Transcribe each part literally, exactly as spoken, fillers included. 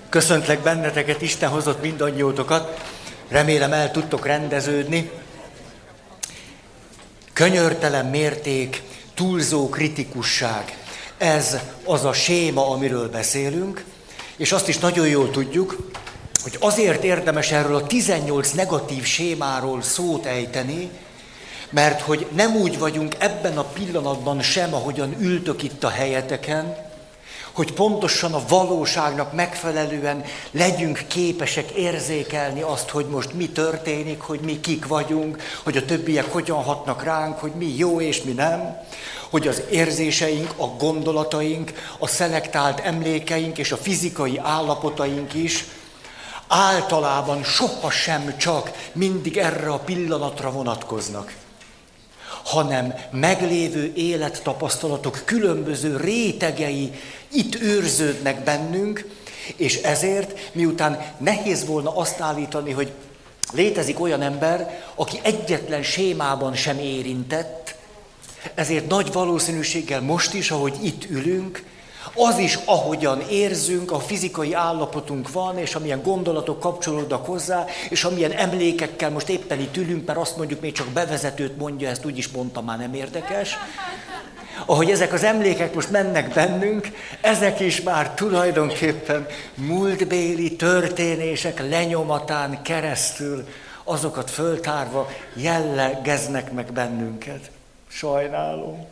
Köszöntlek benneteket, Isten hozott mindannyiótokat. Remélem el tudtok rendeződni. Könyörtelen mérték, túlzó kritikusság. Ez az a séma, amiről beszélünk, és azt is nagyon jól tudjuk, hogy azért érdemes erről a tizennyolc negatív sémáról szót ejteni, mert hogy nem úgy vagyunk ebben a pillanatban sem, ahogyan ültök itt a helyeteken, hogy pontosan a valóságnak megfelelően legyünk képesek érzékelni azt, hogy most mi történik, hogy mi kik vagyunk, hogy a többiek hogyan hatnak ránk, hogy mi jó és mi nem, hogy az érzéseink, a gondolataink, a szelektált emlékeink és a fizikai állapotaink is általában sohasem csak mindig erre a pillanatra vonatkoznak, hanem meglévő élettapasztalatok különböző rétegei itt őrződnek bennünk, és ezért, miután nehéz volna azt állítani, hogy létezik olyan ember, aki egyetlen sémában sem érintett, ezért nagy valószínűséggel most is, ahogy itt ülünk, az is, ahogyan érzünk, a fizikai állapotunk van, és amilyen gondolatok kapcsolódnak hozzá, és amilyen emlékekkel most éppen itt ülünk, mert azt mondjuk, még csak bevezetőt mondja, ezt úgyis mondtam, már nem érdekes. Ahogy ezek az emlékek most mennek bennünk, ezek is már tulajdonképpen múltbéli történések lenyomatán keresztül azokat föltárva jellegeznek meg bennünket. Sajnálom.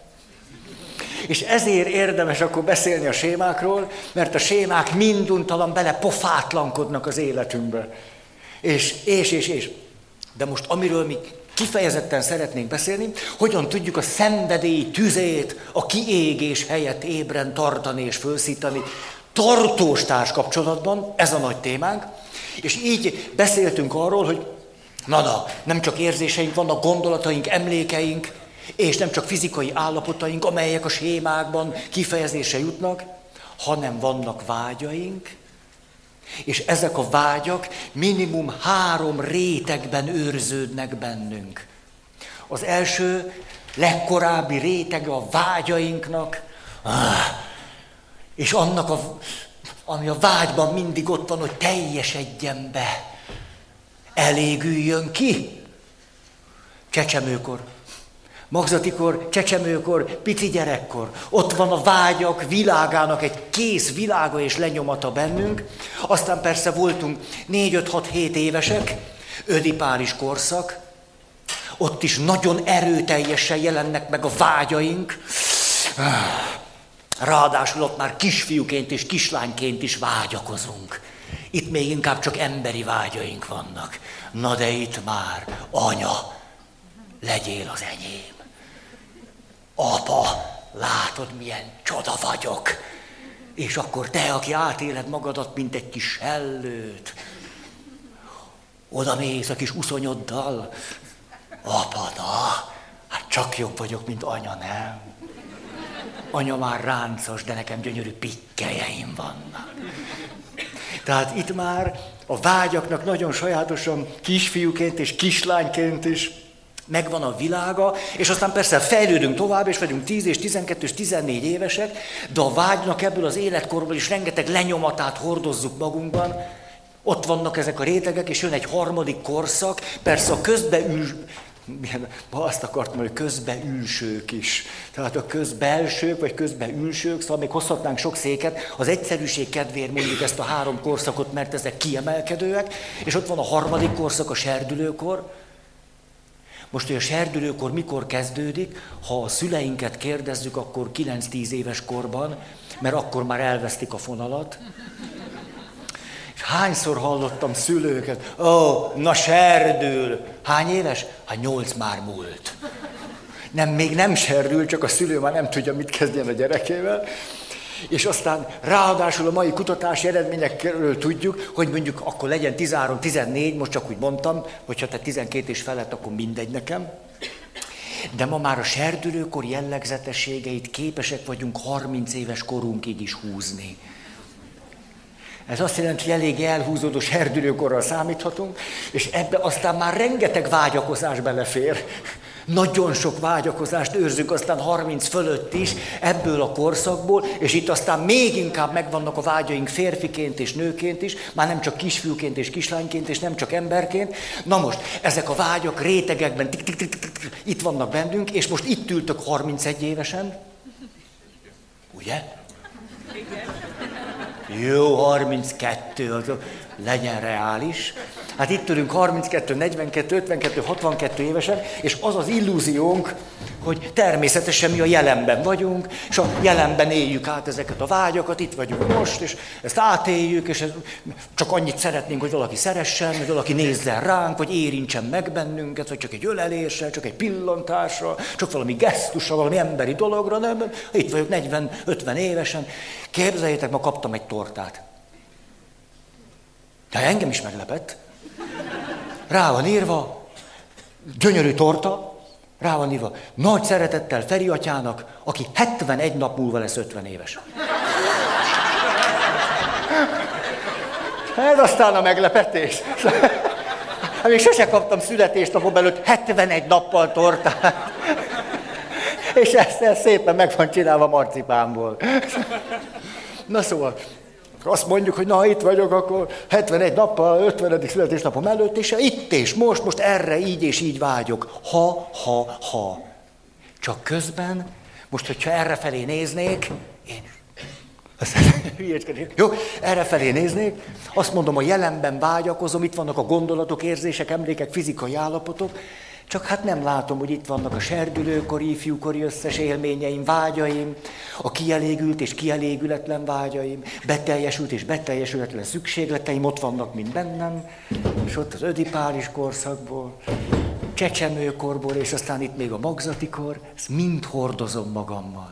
És ezért érdemes akkor beszélni a sémákról, mert a sémák minduntalan bele pofátlankodnak az életünkbe. És, és, és, és. De most amiről mi kifejezetten szeretnénk beszélni, hogyan tudjuk a szenvedély tüzét, a kiégés helyett ébren tartani és fölszítani tartós társkapcsolatban, ez a nagy témánk. És így beszéltünk arról, hogy na-na, nem csak érzéseink vannak, gondolataink, emlékeink, és nem csak fizikai állapotaink, amelyek a sémákban kifejezésre jutnak, hanem vannak vágyaink, és ezek a vágyak minimum három rétegben őrződnek bennünk. Az első, legkorábbi rétege a vágyainknak, és annak, a, ami a vágyban mindig ott van, hogy teljesedjen be, elégüljön ki. Csecsemőkor. Magzatikor, csecsemőkor, pici gyerekkor. Ott van a vágyak világának egy kész világa és lenyomata bennünk. Aztán persze voltunk négy, öt, hat, hét évesek, ödipális korszak. Ott is nagyon erőteljesen jelennek meg a vágyaink. Ráadásul ott már kisfiúként és kislányként is vágyakozunk. Itt még inkább csak emberi vágyaink vannak. Na de itt már, anya, legyél az enyém. Apa, látod, milyen csoda vagyok. És akkor te, aki átéled magadat, mint egy kis sellőt, oda mész a kis uszonyoddal. Apa, na, hát csak jobb vagyok, mint anya, nem? Anya már ráncos, de nekem gyönyörű pikkelyeim vannak. Tehát itt már a vágyaknak nagyon sajátosan kisfiúként és kislányként is megvan a világa, és aztán persze fejlődünk tovább, és vagyunk tíz és tizenkettő és tizennégy évesek, de a vágynak ebből az életkorból is rengeteg lenyomatát hordozzuk magunkban. Ott vannak ezek a rétegek, és jön egy harmadik korszak, persze a közbeül... azt akartam mondani, hogy közbeülsők is. Tehát a közbelsők, vagy közbeülsők, szóval még hozhatnánk sok széket, az egyszerűség kedvéért mondjuk ezt a három korszakot, mert ezek kiemelkedőek, és ott van a harmadik korszak, a serdülőkor. Most, hogy a serdülőkor mikor kezdődik, ha a szüleinket kérdezzük, akkor kilenc-tíz éves korban, mert akkor már elvesztik a fonalat. És hányszor hallottam szülőket, ó, oh, na serdül. Hány éves? Hát nyolc már múlt. Nem, még nem serdül, csak a szülő már nem tudja, mit kezdjen a gyerekével. És aztán ráadásul a mai kutatási eredményekről tudjuk, hogy mondjuk akkor legyen tizenhárom tizennégy, most csak úgy mondtam, hogyha te tizenkét és felett, akkor mindegy nekem. De ma már a serdülőkor jellegzetességeit képesek vagyunk harminc éves korunkig is húzni. Ez azt jelenti, hogy elég elhúzódó serdülőkorral számíthatunk, és ebbe aztán már rengeteg vágyakozás belefér. Nagyon sok vágyakozást őrzünk, aztán harminc fölött is ebből a korszakból, és itt aztán még inkább megvannak a vágyaink férfiként és nőként is, már nem csak kisfiúként és kislányként, és nem csak emberként. Na most, ezek a vágyak rétegekben tik, tik, tik, tik, tik, itt vannak bennünk, és most itt ültök harmincegy évesen. Ugye? Jó, harminckettő, legyen reális. Hát itt ülünk harminckettő, negyvenkettő, ötvenkettő, hatvankettő évesen, és az az illúziónk, hogy természetesen mi a jelenben vagyunk, és a jelenben éljük át ezeket a vágyakat, itt vagyunk most, és ezt átéljük, és ez, csak annyit szeretnénk, hogy valaki szeressen, hogy valaki nézzen ránk, vagy érintsen meg bennünket, vagy csak egy öleléssel, csak egy pillantással, csak valami gesztussal, valami emberi dologra, nem, itt vagyok negyven-ötven évesen. Képzeljétek, ma kaptam egy tortát. De engem is meglepett. Rá van írva, gyönyörű torta, rá van írva, nagy szeretettel Feri atyának, aki hetvenegy nap múlva lesz ötven éves. Ez aztán a meglepetés. Hát még sose kaptam születésnapom előtt hetvenegy nappal tortát. És ezt, ezt szépen meg van csinálva marcipánból. Na szóval, azt mondjuk, hogy na itt vagyok, akkor hetvenegy nappal, ötvenedik születésnapom előtt, és itt és most, most erre így és így vágyok. Ha, ha, ha. Csak közben, most, hogyha errefelé néznék, én jó, errefelé néznék, azt mondom, a jelenben vágyakozom, itt vannak a gondolatok, érzések, emlékek, fizikai állapotok, csak hát nem látom, hogy itt vannak a serdülőkori, ifjúkori összes élményeim, vágyaim, a kielégült és kielégületlen vágyaim, beteljesült és beteljesületlen szükségleteim, ott vannak, mint bennem, és ott az ödipális korszakból, csecsemőkorból, és aztán itt még a magzatikor, ezt mind hordozom magammal.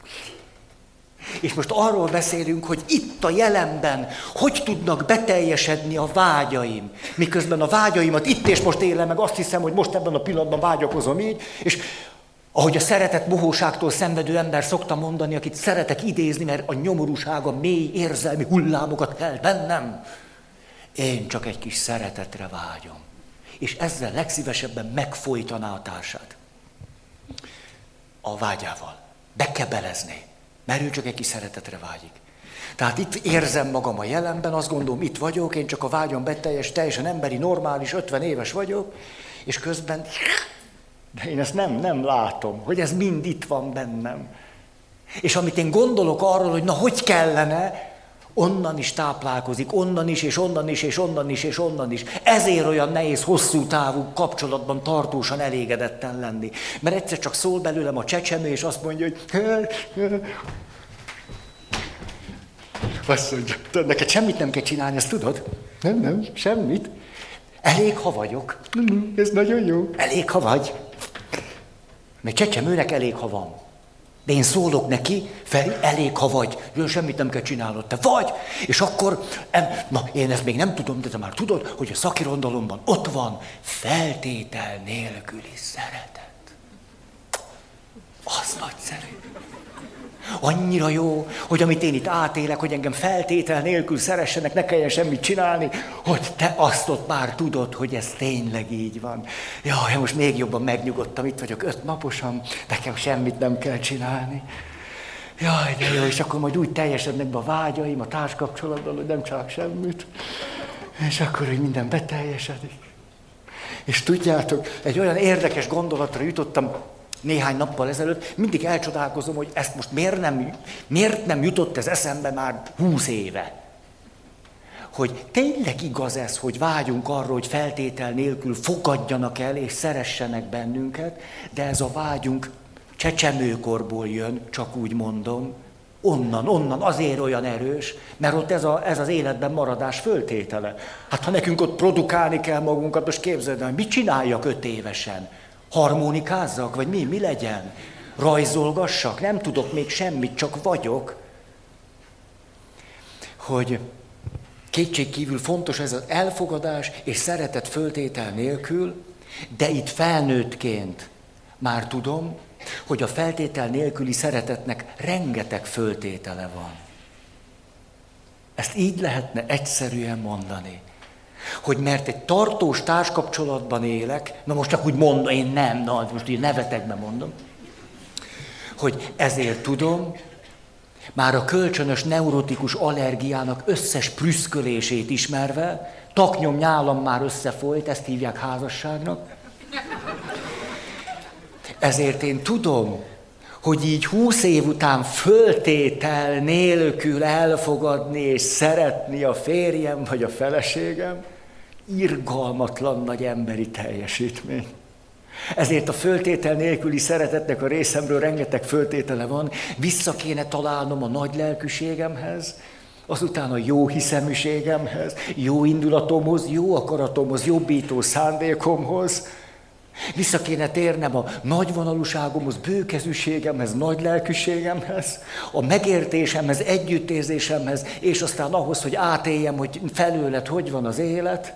És most arról beszélünk, hogy itt a jelenben hogy tudnak beteljesedni a vágyaim. Miközben a vágyaimat itt és most élem meg, azt hiszem, hogy most ebben a pillanatban vágyakozom így, és ahogy a szeretet mohóságtól szenvedő ember szokta mondani, akit szeretek idézni, mert a nyomorúsága mély érzelmi hullámokat kell bennem, én csak egy kis szeretetre vágyom. És ezzel legszívesebben megfojtaná a társát. A vágyával. Bekebelezné. Mert ő csak egy kis szeretetre vágyik. Tehát itt érzem magam a jelenben, azt gondolom, itt vagyok, én csak a vágyam beteljes, teljesen emberi, normális, ötven éves vagyok, és közben, de én ezt nem, nem látom, hogy ez mind itt van bennem. És amit én gondolok arról, hogy na, hogy kellene, onnan is táplálkozik, onnan is, és onnan is, és onnan is, és onnan is. Ezért olyan nehéz, hosszú távú kapcsolatban tartósan elégedetten lenni. Mert egyszer csak szól belőlem a csecsemő, és azt mondja, hogy... Azt mondja, neked semmit nem kell csinálni, ezt tudod? Nem, nem, semmit. Elég, ha vagyok. Ez nagyon jó. Elég, ha vagy. Mert csecsemőnek elég, ha van. De én szólok neki, Feri, elég, ha vagy. Ő semmit nem kell csinálnod, te vagy. És akkor, em, na, én ezt még nem tudom, de te már tudod, hogy a szakirodalomban ott van feltétel nélküli szeretet. Az nagyszerű. Annyira jó, hogy amit én itt átélek, hogy engem feltétel nélkül szeressenek, ne kelljen semmit csinálni, hogy te azt ott már tudod, hogy ez tényleg így van. Jaj, most még jobban megnyugodtam, itt vagyok öt naposan, nekem semmit nem kell csinálni. Jaj, de jó, és akkor majd úgy teljesednek be a vágyaim a társkapcsolatban, hogy nem csinálok semmit. És akkor, hogy minden beteljesedik. És tudjátok, egy olyan érdekes gondolatra jutottam, néhány nappal ezelőtt, mindig elcsodálkozom, hogy ezt most miért nem, miért nem jutott ez eszembe már húsz éve. Hogy tényleg igaz ez, hogy vágyunk arra, hogy feltétel nélkül fogadjanak el és szeressenek bennünket, de ez a vágyunk csecsemőkorból jön, csak úgy mondom, onnan, onnan azért olyan erős, mert ott ez, a, ez az életben maradás föltétele. Hát ha nekünk ott produkálni kell magunkat, most képzeld el, mit csináljak öt évesen? Harmonikázzak, vagy mi, mi legyen? Rajzolgassak? Nem tudok még semmit, csak vagyok. Hogy kétségkívül fontos ez az elfogadás és szeretet föltétel nélkül, de itt felnőttként már tudom, hogy a feltétel nélküli szeretetnek rengeteg föltétele van. Ezt így lehetne egyszerűen mondani. hogy mert egy tartós társkapcsolatban élek, na most csak úgy mondom, én nem, na most így nevetekben mondom, hogy ezért tudom, már a kölcsönös neurotikus allergiának összes prüszkölését ismerve, taknyom, nyálam már összefolyt, ezt hívják házasságnak. Ezért én tudom, hogy így húsz év után föltétel nélkül elfogadni és szeretni a férjem vagy a feleségem, irgalmatlan nagy emberi teljesítmény. Ezért a föltétel nélküli szeretetnek a részemről rengeteg föltétele van, vissza kéne találnom a nagy lelkűségemhez, azután a jó hiszeműségemhez, jó indulatomhoz, jó akaratomhoz, jobbító szándékomhoz. Vissza kéne térnem a nagyvonalúságomhoz, bőkezűségemhez, nagy lelkűségemhez, a megértésemhez, együttérzésemhez, és aztán ahhoz, hogy átéljem, hogy felőled hogy van az élet.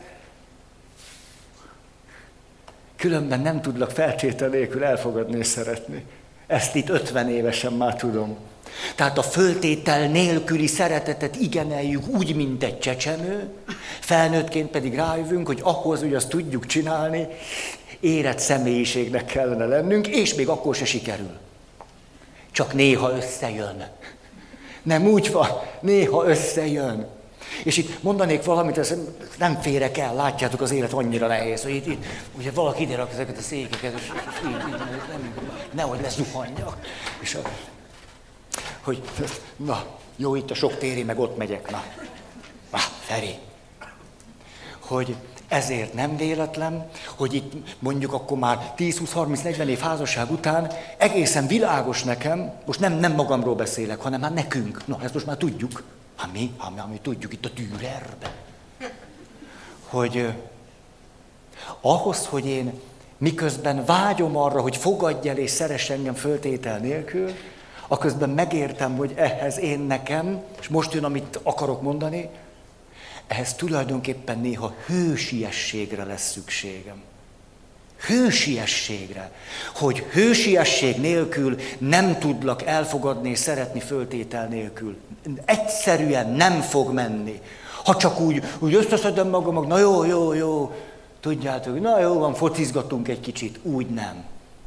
Különben nem tudlak feltétel nélkül elfogadni és szeretni. Ezt itt ötven évesen már tudom. Tehát a föltétel nélküli szeretetet igeneljük úgy, mint egy csecsemő, felnőttként pedig rájövünk, hogy ahhoz, hogy azt tudjuk csinálni, érett személyiségnek kellene lennünk, és még akkor se sikerül. Csak néha összejön. Nem úgy van, néha összejön. És itt mondanék valamit, ez nem férek el, látjátok, az élet annyira nehéz, hogy itt, itt ugye valaki ide rak ezeket a székeket, és így, így, nem, nehogy lezuhanjak. És a, hogy, na, jó, itt a sok téri, meg ott megyek, na. Ah, Feri. Hogy ezért nem véletlen, hogy itt mondjuk akkor már tíz, húsz, harminc, negyven év házasság után egészen világos nekem, most nem, nem magamról beszélek, hanem már nekünk, na ezt most már tudjuk, hát mi, hát mi, mi tudjuk itt a Dürerben, hogy eh, ahhoz, hogy én miközben vágyom arra, hogy fogadj el és szeress engem föltétel nélkül, aközben megértem, hogy ehhez én nekem, és most jön, amit akarok mondani, ehhez tulajdonképpen néha hősiességre lesz szükségem. Hősiességre. Hogy hősiesség nélkül nem tudlak elfogadni és szeretni föltétel nélkül. Egyszerűen nem fog menni. Ha csak úgy, úgy összeszedem magamat, na jó, jó, jó, tudjátok, na jó van, focizgatunk egy kicsit, úgy nem.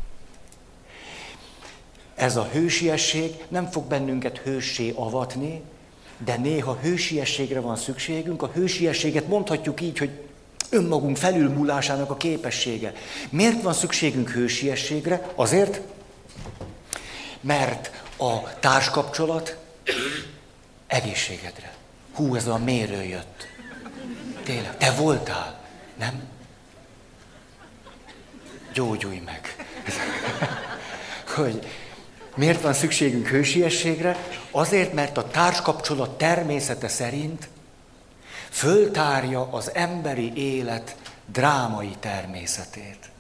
Ez a hősiesség nem fog bennünket hőssé avatni, de néha hősiességre van szükségünk. A hősiességet mondhatjuk így, hogy önmagunk felülmúlásának a képessége. Miért van szükségünk hősiességre? Azért, mert a társkapcsolat egészségedre. Hú, ez a mérő jött. Tényleg, te voltál, nem? Gyógyulj meg. Hogy miért van szükségünk hősiességre? Azért, mert a társkapcsolat természete szerint föltárja az emberi élet drámai természetét.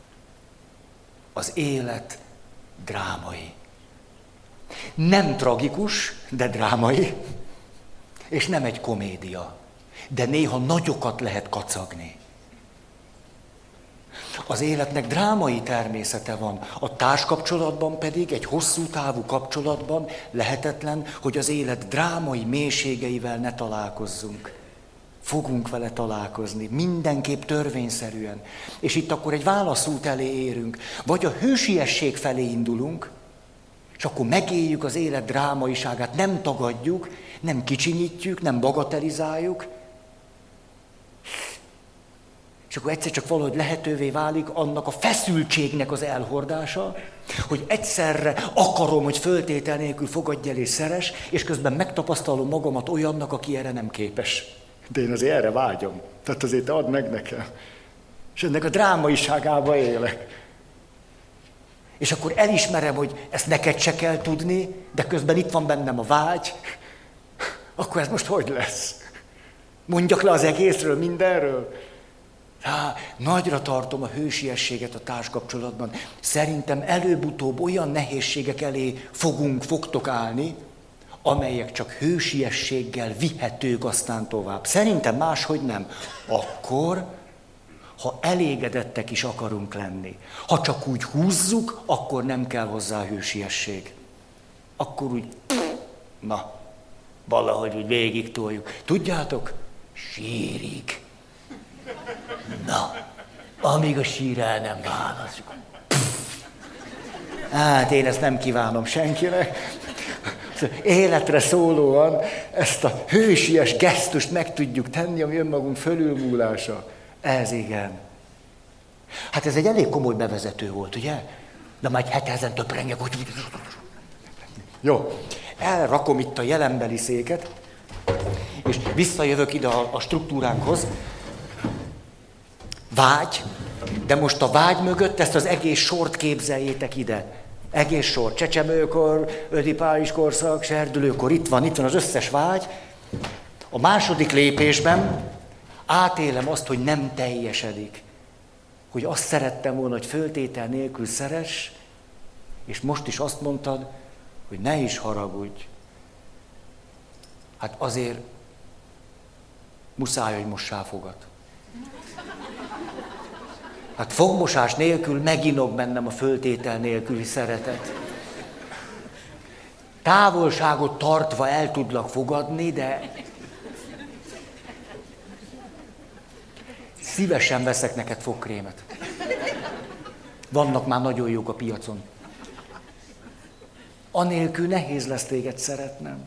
Az élet drámai. Nem tragikus, de drámai, és nem egy komédia, de néha nagyokat lehet kacagni. Az életnek drámai természete van, a társkapcsolatban pedig, egy hosszú távú kapcsolatban lehetetlen, hogy az élet drámai mélységeivel ne találkozzunk. Fogunk vele találkozni, mindenképp törvényszerűen. És itt akkor egy válaszút elé érünk. Vagy a hősiesség felé indulunk, és akkor megéljük az élet drámaiságát, nem tagadjuk, nem kicsinyítjük, nem bagatelizáljuk, és akkor egyszer csak valahogy lehetővé válik annak a feszültségnek az elhordása, hogy egyszerre akarom, hogy föltétel nélkül fogadj el és szeress, és közben megtapasztalom magamat olyannak, aki erre nem képes. De én azért erre vágyom. Tehát azért te add meg nekem. És ennek a drámaiságába élek. És akkor elismerem, hogy ezt neked se kell tudni, de közben itt van bennem a vágy. Akkor ez most hogy lesz? Mondjak le az egészről, mindenről? Há, nagyra tartom a hősiességet a társkapcsolatban. Szerintem előbb-utóbb olyan nehézségek elé fogunk, fogtok állni, amelyek csak hősiességgel vihetők aztán tovább. Szerintem máshogy nem. Akkor, ha elégedettek is akarunk lenni, ha csak úgy húzzuk, akkor nem kell hozzá hősiesség. Akkor úgy, na, valahogy úgy végig toljuk. Tudjátok? Sírig. Na, amíg a sír el nem válasz. Hát én ezt nem kívánom senkinek. Életre szólóan ezt a hősies gesztust meg tudjuk tenni, ami önmagunk fölülmúlása. Ez igen. Hát ez egy elég komoly bevezető volt, ugye? De már egy hetezen töprengek, hogy... Jó, elrakom itt a jelenbeli széket, és visszajövök ide a, a struktúránkhoz. Vágy, de most a vágy mögött ezt az egész sort képzeljétek ide. Egész sor, csecsemőkor, ödipális korszak, serdülőkor, itt van, itt van az összes vágy. A második lépésben átélem azt, hogy nem teljesedik. Hogy azt szerettem volna, hogy föltétel nélkül szeress, és most is azt mondtad, hogy ne is haragudj. Hát azért muszáj, hogy mossál fogat. Hát fogmosás nélkül meginog bennem a föltétel nélküli szeretet. Távolságot tartva el tudlak fogadni, de szívesen veszek neked fogkrémet. Vannak már nagyon jók a piacon. Anélkül nehéz lesz téged szeretnem.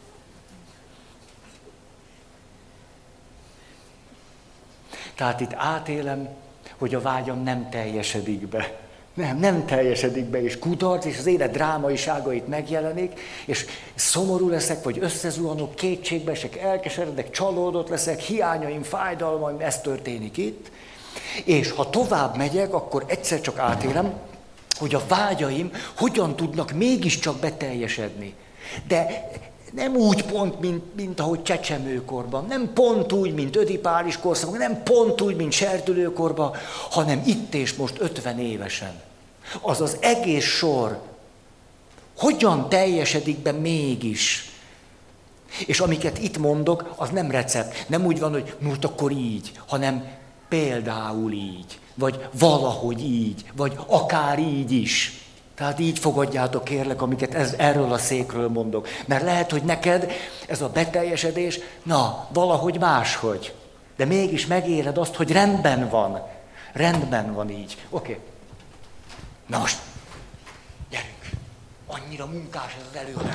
Tehát itt átélem, hogy a vágyam nem teljesedik be. Nem, nem teljesedik be, és kudarc, és az élet drámaiságait megjelenik, és szomorú leszek, vagy összezuhanok, kétségbe esek, elkeseredek, csalódott leszek, hiányaim, fájdalmaim, ez történik itt. És ha tovább megyek, akkor egyszer csak átélem, hogy a vágyaim hogyan tudnak mégiscsak beteljesedni. De nem úgy pont, mint, mint ahogy csecsemőkorban, nem pont úgy, mint ödipális korszakban, nem pont úgy, mint serdülőkorban, hanem itt és most ötven évesen. Az az egész sor hogyan teljesedik be mégis. És amiket itt mondok, az nem recept. Nem úgy van, hogy most akkor így, hanem például így, vagy valahogy így, vagy akár így is. Tehát így fogadjátok, kérlek, amiket ez, erről a székről mondok. Mert lehet, hogy neked ez a beteljesedés, na, valahogy máshogy. De mégis megéled azt, hogy rendben van. Rendben van így. Oké. Okay. Na most, gyerünk. Annyira munkás ez az előadás.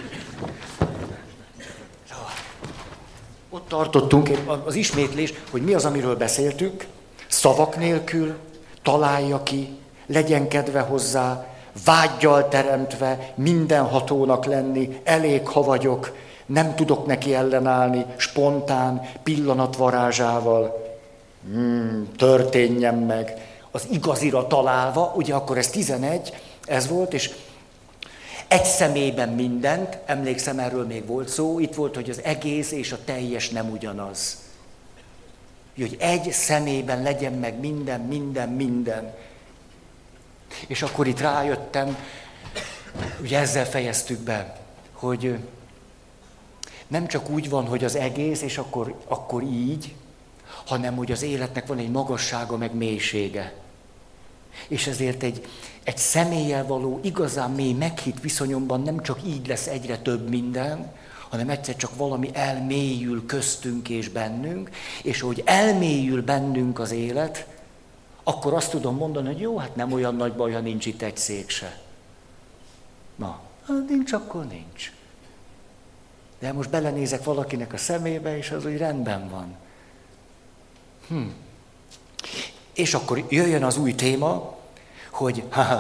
Szóval, ott tartottunk az ismétlés, hogy mi az, amiről beszéltünk. Szavak nélkül, találja ki, legyen kedve hozzá, vággyal teremtve, mindenhatónak lenni, elég ha vagyok, nem tudok neki ellenállni, spontán, pillanat varázsával. Hmm, történjen meg. Az igazira találva, ugye akkor ez tizenegy, ez volt, és egy személyben mindent, emlékszem, erről még volt szó, itt volt, hogy az egész és a teljes nem ugyanaz. Hogy egy személyben legyen meg minden, minden, minden. És akkor itt rájöttem, ugye ezzel fejeztük be, hogy nem csak úgy van, hogy az egész, és akkor, akkor így, hanem hogy az életnek van egy magassága, meg mélysége. És ezért egy, egy személlyel való igazán mély meghitt viszonyomban nem csak így lesz egyre több minden, hanem egyszer csak valami elmélyül köztünk és bennünk, és hogy elmélyül bennünk az élet, akkor azt tudom mondani, hogy jó, hát nem olyan nagy baj, ha nincs itt egy szék se. Na, hát nincs, akkor nincs. De most belenézek valakinek a szemébe, és az úgy rendben van. Hm. És akkor jöjjön az új téma, hogy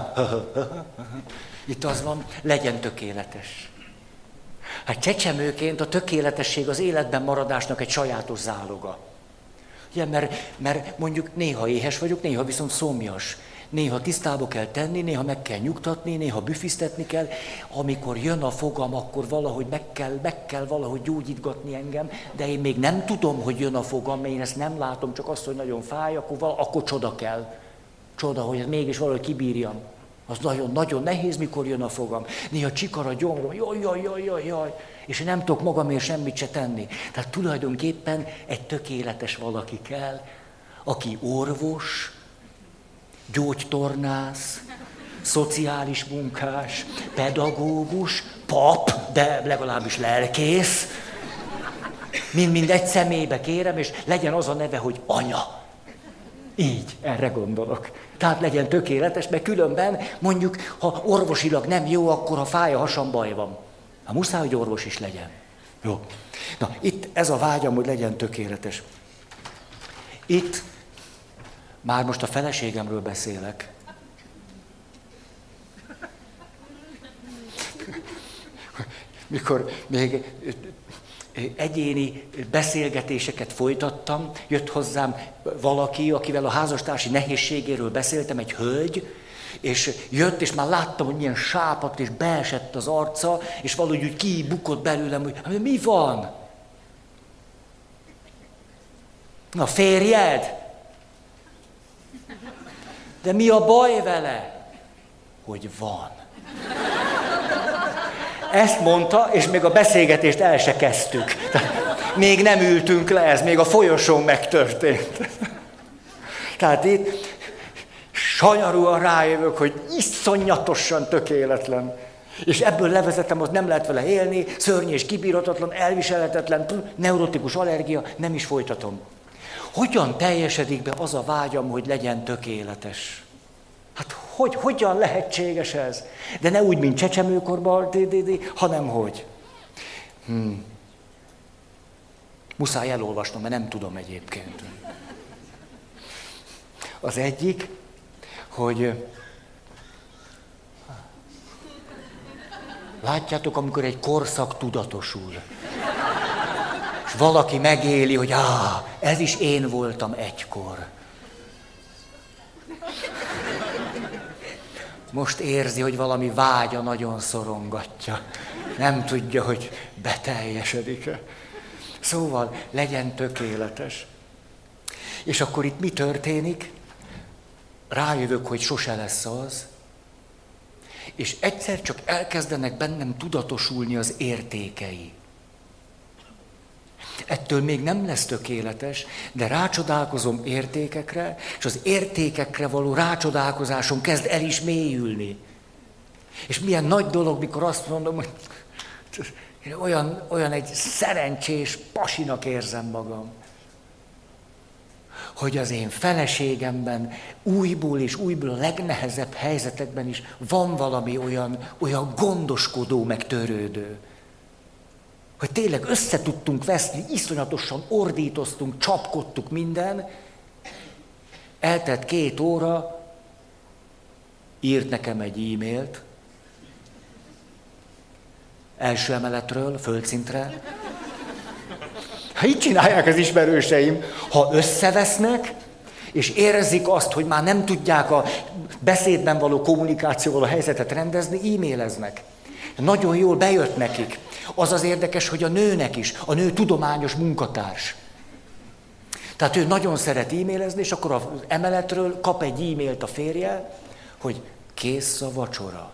itt az van, legyen tökéletes. Hát csecsemőként a tökéletesség az életben maradásnak egy sajátos záloga. Ugye, mert, mert mondjuk néha éhes vagyok, néha viszont szomjas. Néha tisztába kell tenni, néha meg kell nyugtatni, néha büfisztetni kell. Amikor jön a fogam, akkor valahogy meg kell, meg kell valahogy gyógyítgatni engem, de én még nem tudom, hogy jön a fogam, én ezt nem látom, csak azt, hogy nagyon fáj, akkor, val- akkor csoda kell. Csoda, hogy ez mégis valahogy kibírjam. Az nagyon-nagyon nehéz, mikor jön a fogam. Néha csikar a gyomrom, jaj, jaj, jaj, jaj, jaj, és én nem tudok magamért semmit se tenni. Tehát tulajdonképpen egy tökéletes valaki kell, aki orvos, gyógytornász, szociális munkás, pedagógus, pap, de legalábbis lelkész. Mind-mind egy személybe kérem, és legyen az a neve, hogy anya. Így, erre gondolok. Tehát legyen tökéletes, mert különben mondjuk, ha orvosilag nem jó, akkor ha fáj a hasam, baj van. Ha muszáj, hogy orvos is legyen. Jó. Na, itt ez a vágyam, hogy legyen tökéletes. Itt már most a feleségemről beszélek. Mikor még egyéni beszélgetéseket folytattam, jött hozzám valaki, akivel a házastársi nehézségéről beszéltem, egy hölgy, és jött, és már láttam, hogy milyen sápadt, és beesett az arca, és valahogy úgy kibukott belőlem, hogy mi van? Na, férjed? De mi a baj vele? Hogy van. Ezt mondta, és még a beszélgetést el se kezdtük. Még nem ültünk le, ez még a folyosón megtörtént. Tehát itt sanyarúan rájövök, hogy iszonyatosan tökéletlen. És ebből levezetem, hogy nem lehet vele élni, szörnyű és kibírhatatlan, elviselhetetlen, neurotikus allergia, nem is folytatom. Hogyan teljesedik be az a vágyam, hogy legyen tökéletes? Hát hogy, hogyan lehetséges ez? De ne úgy, mint csecsemőkorban, hanem hogy. Hmm. Muszáj elolvasnom, mert nem tudom egyébként. Az egyik, hogy látjátok, amikor egy korszak tudatosul, és valaki megéli, hogy á, ez is én voltam egykor. Most érzi, hogy valami vágya nagyon szorongatja. Nem tudja, hogy beteljesedik-e. Szóval legyen tökéletes. És akkor itt mi történik? Rájövök, hogy sose lesz az, és egyszer csak elkezdenek bennem tudatosulni az értékei. Ettől még nem lesz tökéletes, de rácsodálkozom értékekre, és az értékekre való rácsodálkozásom kezd el is mélyülni. És milyen nagy dolog, mikor azt mondom, hogy olyan, olyan egy szerencsés pasinak érzem magam, hogy az én feleségemben újból és újból a legnehezebb helyzetekben is van valami olyan, olyan gondoskodó, meg törődő. Hogy tényleg össze tudtunk veszni, iszonyatosan ordítoztunk, csapkodtuk minden. Eltelt két óra, írt nekem egy e-mailt, első emeletről, földszintre. Ha így csinálják az ismerőseim, ha összevesznek, és érzik azt, hogy már nem tudják a beszédben való kommunikációval a helyzetet rendezni, e-maileznek. Nagyon jól bejött nekik. Az az érdekes, hogy a nőnek is, a nő tudományos munkatárs. Tehát ő nagyon szeret e-mailezni, és akkor az emeletről kap egy e-mailt a férje, hogy kész a vacsora.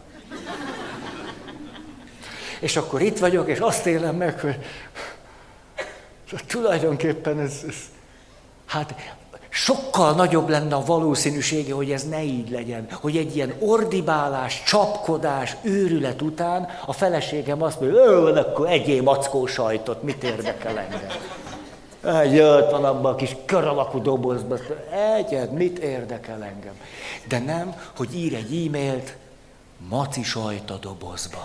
És akkor itt vagyok, és azt élem meg, hogy tulajdonképpen ez, ez hát sokkal nagyobb lenne a valószínűsége, hogy ez ne így legyen. Hogy egy ilyen ordibálás, csapkodás, őrület után a feleségem azt mondja, hogy akkor egyéb mackó sajtot, mit érdekel engem? Egy ott van abban a kis kör alakú dobozban, egyet, mit érdekel engem? De nem, hogy ír egy e-mailt, maci sajt a dobozba.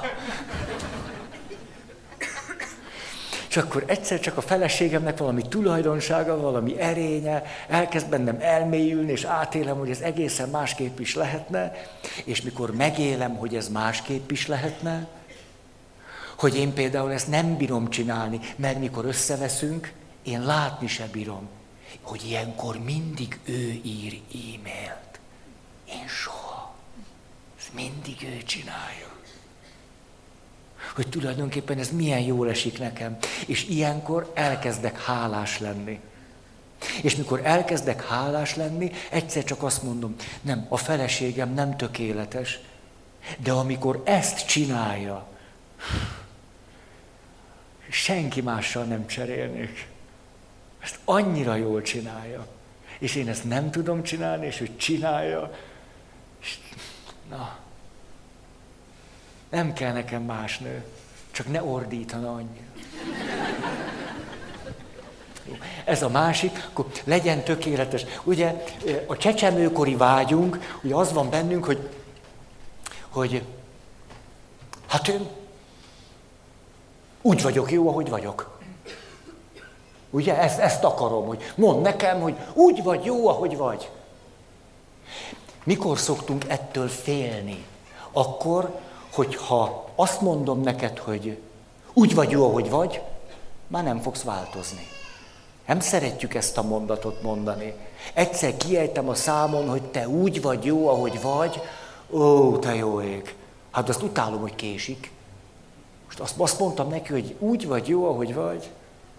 És akkor egyszer csak a feleségemnek valami tulajdonsága, valami erénye, elkezd bennem elmélyülni, és átélem, hogy ez egészen másképp is lehetne, és mikor megélem, hogy ez másképp is lehetne, hogy én például ezt nem bírom csinálni, mert mikor összeveszünk, én látni se bírom, hogy ilyenkor mindig ő ír e-mailt. Én soha. Ezt mindig ő csinálja. Hogy tulajdonképpen ez milyen jól esik nekem. És ilyenkor elkezdek hálás lenni. És mikor elkezdek hálás lenni, egyszer csak azt mondom, nem, a feleségem nem tökéletes, de amikor ezt csinálja, senki mással nem cserélnék. Ezt annyira jól csinálja. És én ezt nem tudom csinálni, és ő csinálja. És, na, nem kell nekem más nő, csak ne ordítana annyira. Ez a másik, akkor legyen tökéletes. Ugye a csecsemőkori vágyunk, ugye az van bennünk, hogy, hogy hát én úgy vagyok jó, ahogy vagyok. Ugye ezt, ezt akarom, hogy mondd nekem, hogy úgy vagy jó, ahogy vagy. Mikor szoktunk ettől félni? Akkor, hogyha azt mondom neked, hogy úgy vagy jó, ahogy vagy, már nem fogsz változni. Nem szeretjük ezt a mondatot mondani. Egyszer kiejtem a számon, hogy te úgy vagy jó, ahogy vagy, ó, te jó ég. Hát azt utálom, hogy késik. Most azt, azt mondtam neki, hogy úgy vagy jó, ahogy vagy.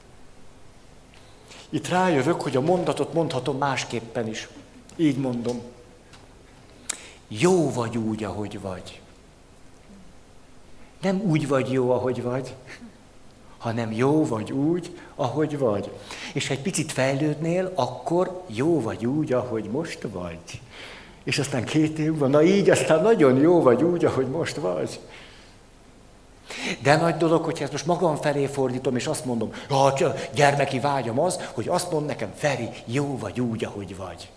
Itt rájövök, hogy a mondatot mondhatom másképpen is. Így mondom. Jó vagy úgy, ahogy vagy. Nem úgy vagy jó, ahogy vagy, hanem jó vagy úgy, ahogy vagy. És ha egy picit fejlődnél, akkor jó vagy úgy, ahogy most vagy. És aztán két év van, na így aztán nagyon jó vagy úgy, ahogy most vagy. De nagy dolog, hogyha ezt most magam felé fordítom, és azt mondom, ja, gyermeki vágyam az, hogy azt mond nekem, Feri, jó vagy úgy, ahogy vagy.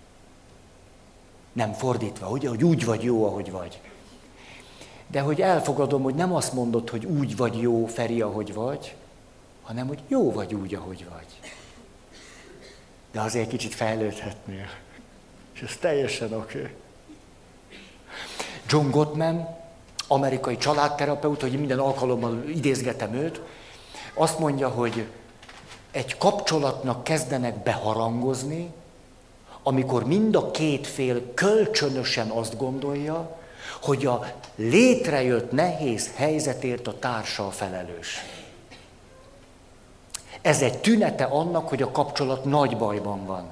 Nem fordítva, ugye, hogy úgy vagy jó, ahogy vagy. De hogy elfogadom, hogy nem azt mondod, hogy úgy vagy jó, Feri, ahogy vagy, hanem, hogy jó vagy úgy, ahogy vagy. De azért kicsit fejlődhetnél. És ez teljesen oké. Okay. John Gottman, amerikai családterapeuta, hogy minden alkalommal idézgetem őt, azt mondja, hogy egy kapcsolatnak kezdenek beharangozni, amikor mind a két fél kölcsönösen azt gondolja, hogy a létrejött nehéz helyzetért a társa a felelős. Ez egy tünete annak, hogy a kapcsolat nagy bajban van.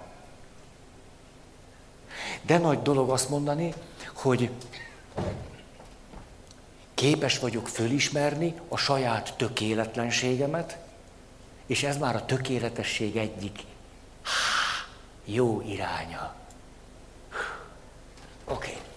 De nagy dolog azt mondani, hogy képes vagyok fölismerni a saját tökéletlenségemet, és ez már a tökéletesség egyik jó iránya. Oké. Okay.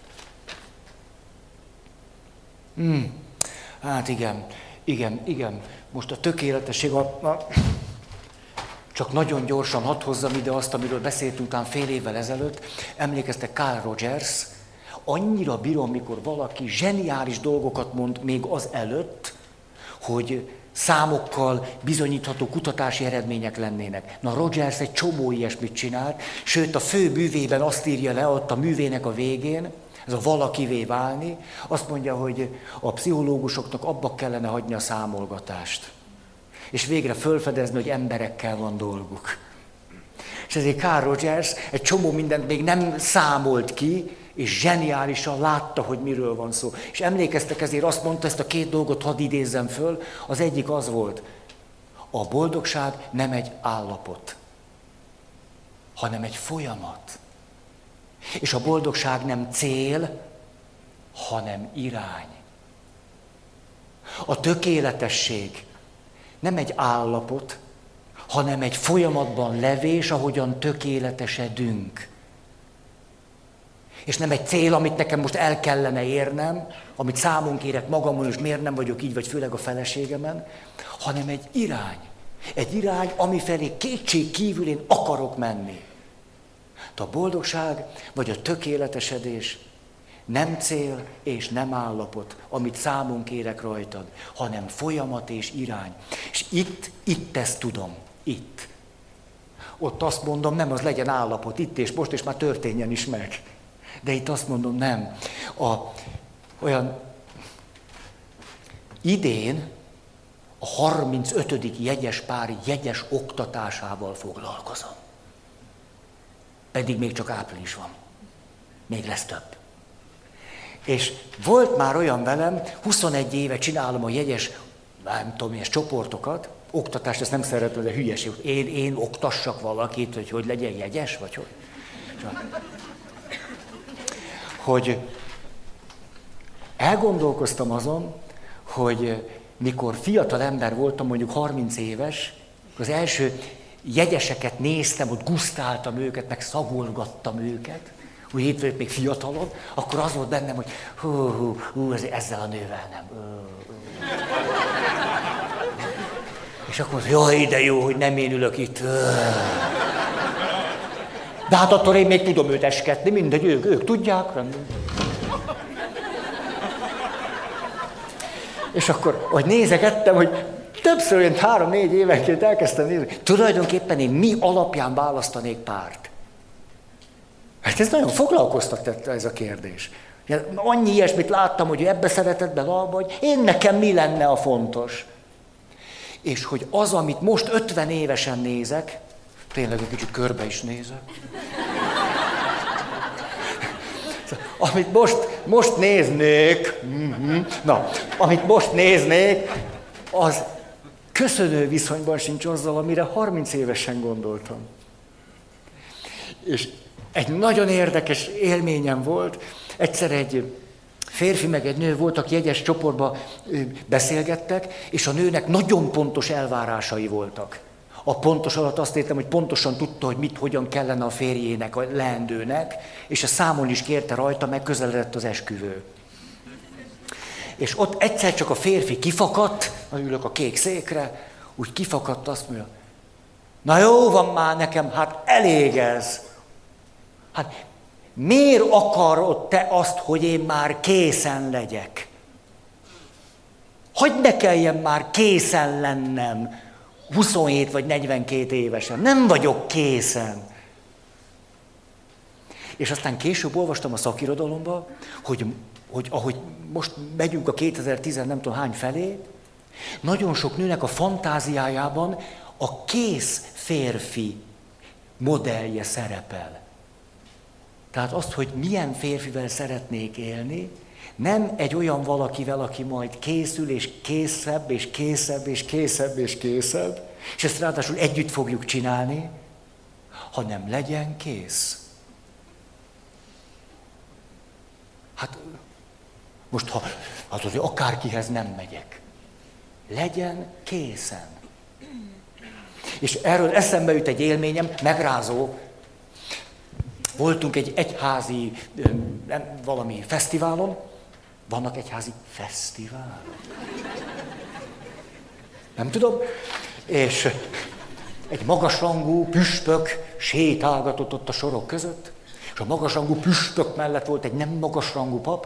Hmm. Hát igen, igen, igen. Most a tökéletesség, a, a... csak nagyon gyorsan hadd hozzam ide azt, amiről beszéltünk talán fél évvel ezelőtt. Emlékeztek, Carl Rogers, annyira bírom, mikor valaki zseniális dolgokat mond még az előtt, hogy számokkal bizonyítható kutatási eredmények lennének. Na, Rogers egy csomó ilyesmit csinált, sőt a fő művében azt írja le, ott a művének a végén, ez a valakivé válni, azt mondja, hogy a pszichológusoknak abba kellene hagyni a számolgatást. És végre fölfedezni, hogy emberekkel van dolguk. És ezért Carl Rogers egy csomó mindent még nem számolt ki, és zseniálisan látta, hogy miről van szó. És emlékeztek, ezért azt mondta, ezt a két dolgot hadd idézzem föl, az egyik az volt, a boldogság nem egy állapot, hanem egy folyamat. És a boldogság nem cél, hanem irány. A tökéletesség nem egy állapot, hanem egy folyamatban levés, ahogyan tökéletesedünk. És nem egy cél, amit nekem most el kellene érnem, amit számon kérek magamon, és miért nem vagyok így, vagy főleg a feleségemen, hanem egy irány. Egy irány, amifelé kétség kívül én akarok menni. A boldogság, vagy a tökéletesedés nem cél és nem állapot, amit számon kérek rajtad, hanem folyamat és irány. És itt, itt ezt tudom, itt. Ott azt mondom, nem az legyen állapot, itt és most, és már történjen is meg. De itt azt mondom, nem. A, olyan idén a harmincötödik jegyes pár jegyes oktatásával foglalkozom. Pedig még csak április van. Még lesz több. És volt már olyan velem, huszonegy éve csinálom a jegyes, nem tudom, milyen csoportokat, oktatást, ezt nem szeretem, de hülyeség. Én, én oktassak valakit, hogy hogy legyen jegyes, vagy hogy? Csak. Hogy elgondolkoztam azon, hogy mikor fiatal ember voltam, mondjuk harminc éves, az első jegyeseket néztem, ott gusztáltam őket, meg szagolgattam őket, úgy itt vagyok még fiatalon, akkor az volt bennem, hogy hú, hú, hú ezzel a nővel nem. És akkor mondta, jaj, de jó, hogy nem én ülök itt. De hát attól én még tudom őt esketni, mindegy, ők, ők tudják. És akkor, hogy nézegettem, hogy többször, olyan három-négy évenként elkezdtem nézni, tulajdonképpen én mi alapján választanék párt. Hát ez nagyon foglalkoztatta ez a kérdés. Annyi ilyesmit láttam, hogy ebbe szeretett be, abba, hogy én nekem mi lenne a fontos. És hogy az, amit most ötven évesen nézek, tényleg egy kicsit körbe is nézek, amit most, most néznék, na, amit most néznék, az köszönő viszonyban sincs azzal, amire harminc évesen gondoltam. És egy nagyon érdekes élményem volt, egyszer egy férfi meg egy nő voltak, jegyes csoportban beszélgettek, és a nőnek nagyon pontos elvárásai voltak. A pontos alatt azt értem, hogy pontosan tudta, hogy mit, hogyan kellene a férjének, a leendőnek, és a számon is kérte rajta, meg közeledett az esküvő. És ott egyszer csak a férfi kifakadt, ülök a kék székre, úgy kifakadt, azt mondja, na jó van már nekem, hát elég ez. Hát miért akarod te azt, hogy én már készen legyek? Hogy ne kelljen már készen lennem huszonhét vagy negyvenkét évesen. Nem vagyok készen. És aztán később olvastam a szakirodalomba, hogy, hogy ahogy most megyünk a kétezer-tíz nem tudom hány felé, nagyon sok nőnek a fantáziájában a kész férfi modellje szerepel. Tehát azt, hogy milyen férfivel szeretnék élni, nem egy olyan valakivel, aki majd készül, és készebb, és készebb, és készebb, és készebb, és ezt ráadásul együtt fogjuk csinálni, hanem legyen kész. Hát most, ha hát azért akárkihez nem megyek. Legyen készen. És erről eszembe jut egy élményem, megrázó. Voltunk egy egyházi nem, valami fesztiválon. Vannak egyházi fesztiválok? Nem tudom. És egy magasrangú püspök sétálgatott ott a sorok között, és a magasrangú püspök mellett volt egy nem magasrangú pap,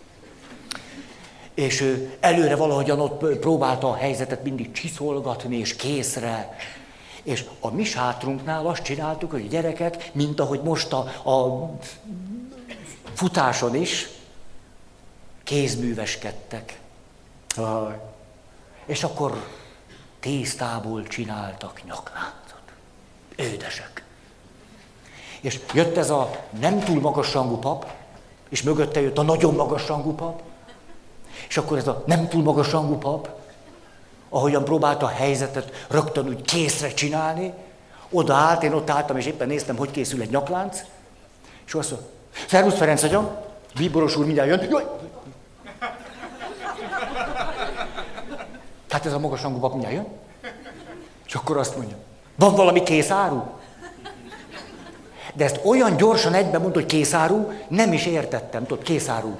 és ő előre valahogyan ott próbálta a helyzetet mindig csiszolgatni, és készre. És a mi sátrunknál azt csináltuk, hogy a gyerekek, mint ahogy most a, a futáson is, kézműveskedtek. És akkor tésztából csináltak nyakláncot. Édesek. És jött ez a nem túl magasrangú pap, és mögötte jött a nagyon magasrangú pap, és akkor ez a nem túl magasrangú pap, ahogyan próbálta a helyzetet rögtön úgy készre csinálni, oda állt, én ott álltam, és éppen néztem, hogy készül egy nyaklánc, és azt mondja, szervusz Ferenc atyam, bíboros úr mindjárt jön. Jaj! Hát ez a magasrangú pap mindjárt jön. És akkor azt mondja, van valami készáru? De ezt olyan gyorsan egyben mondta, hogy készáru, nem is értettem, tudod, készáru.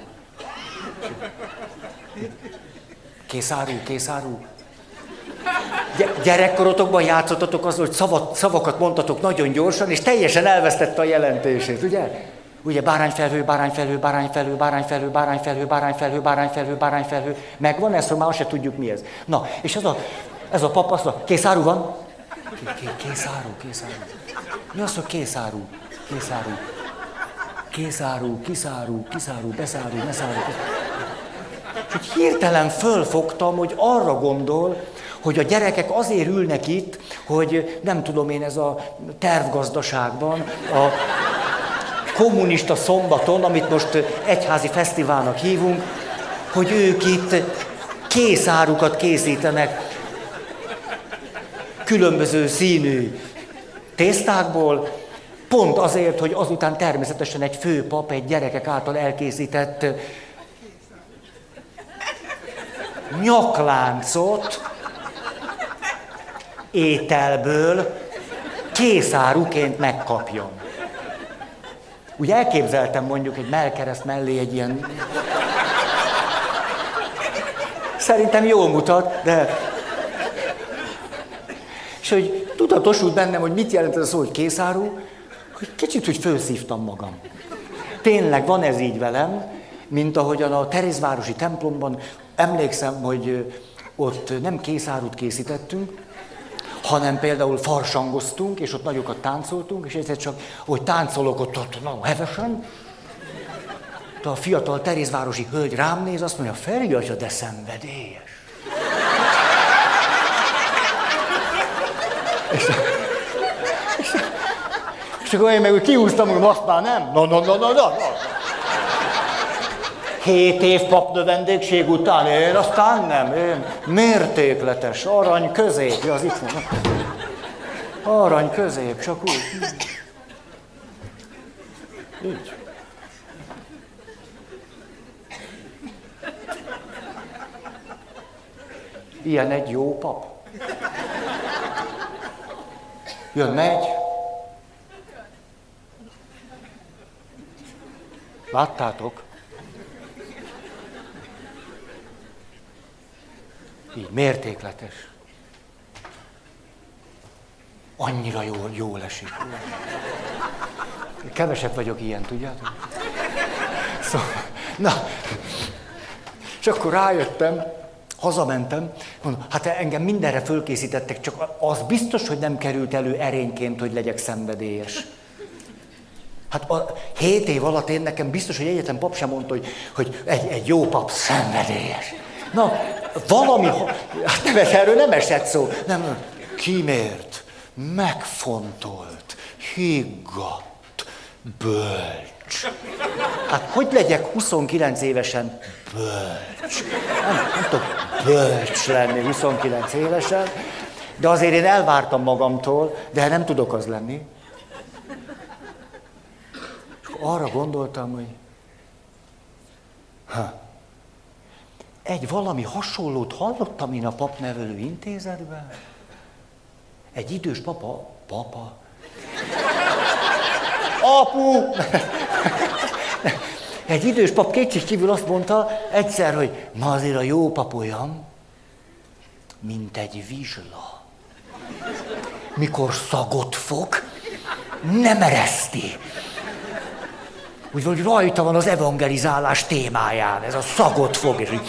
Készáru, készáru. Gyerekkorotokban játszottatok azzal, hogy szavat, szavakat mondtatok nagyon gyorsan, és teljesen elvesztette a jelentését, ugye? Ugye bárányfelhő, bárányfelhő, bárányfelhő, bárányfelhő, bárányfelhő, bárányfelhő, bárányfelhő, bárányfelhő. Megvan ez, hogy már azt se tudjuk mi ez. Na, és ez a, ez a pap azt mondja, készáru van? Készáru, készáru. Mi az, hogy készáru? Készáru. Készáru, kiszáru, kiszáru, beszáru, meszáru. És hogy hirtelen fölfogtam, hogy arra gondol, hogy a gyerekek azért ülnek itt, hogy nem tudom én, ez a tervgazdaságban, a kommunista szombaton, amit most egyházi fesztiválnak hívunk, hogy ők itt készárukat készítenek különböző színű tésztákból, pont azért, hogy azután természetesen egy főpap egy gyerekek által elkészített nyakláncot ételből készáruként megkapjon. Úgy elképzeltem mondjuk egy mellkereszt mellé egy ilyen... Szerintem jól mutat, de... És hogy tudatosult bennem, hogy mit jelent ez a szó, hogy készárú, hogy kicsit úgy fölszívtam magam. Tényleg van ez így velem, mint ahogyan a Terézvárosi templomban emlékszem, hogy ott nem készárút készítettünk, hanem például farsangoztunk, és ott nagyokat táncoltunk, és egyszer csak, hogy táncolok ott, ott nagyon hevesen, a fiatal terézvárosi hölgy rám néz, azt mondja, Feri atya, de szenvedélyes. és, és, és akkor én meg úgy kihúztam, hogy azt már nem. No, no, no, no, no. Hét év papnövendékség után, én aztán nem, én mértékletes, arany közép, ja, az itt van. Arany közép, csak úgy. Így. Ilyen egy jó pap. Jön, megy. Láttátok? Így, mértékletes. Annyira jól, jól esik. Kevesebb vagyok ilyen, tudjátok? Szóval, na, és akkor rájöttem, hazamentem, mondom, hát engem mindenre fölkészítettek, csak az biztos, hogy nem került elő erényként, hogy legyek szenvedélyes. Hát a hét év alatt én nekem biztos, hogy egyetlen pap sem mondta, hogy, hogy egy, egy jó pap szenvedélyes. Na, valami, hát nem, erről nem esett szó. Nem, kimért, megfontolt, higgadt, bölcs. Hát hogy legyek huszonkilenc évesen bölcs? Nem, nem tudok bölcs lenni huszonkilenc évesen, de azért én elvártam magamtól, de nem tudok az lenni. És arra gondoltam, hogy ha, egy valami hasonlót hallottam én a papnevelő intézetben. Egy idős papa, papa, apu! Egy idős pap kétségkívül azt mondta egyszer, hogy ma azért a jó pap olyan, mint egy vizsla. Mikor szagot fog, nem ereszti. Úgy vagy rajta van az evangelizálás témáján, ez a szagot fog, és így...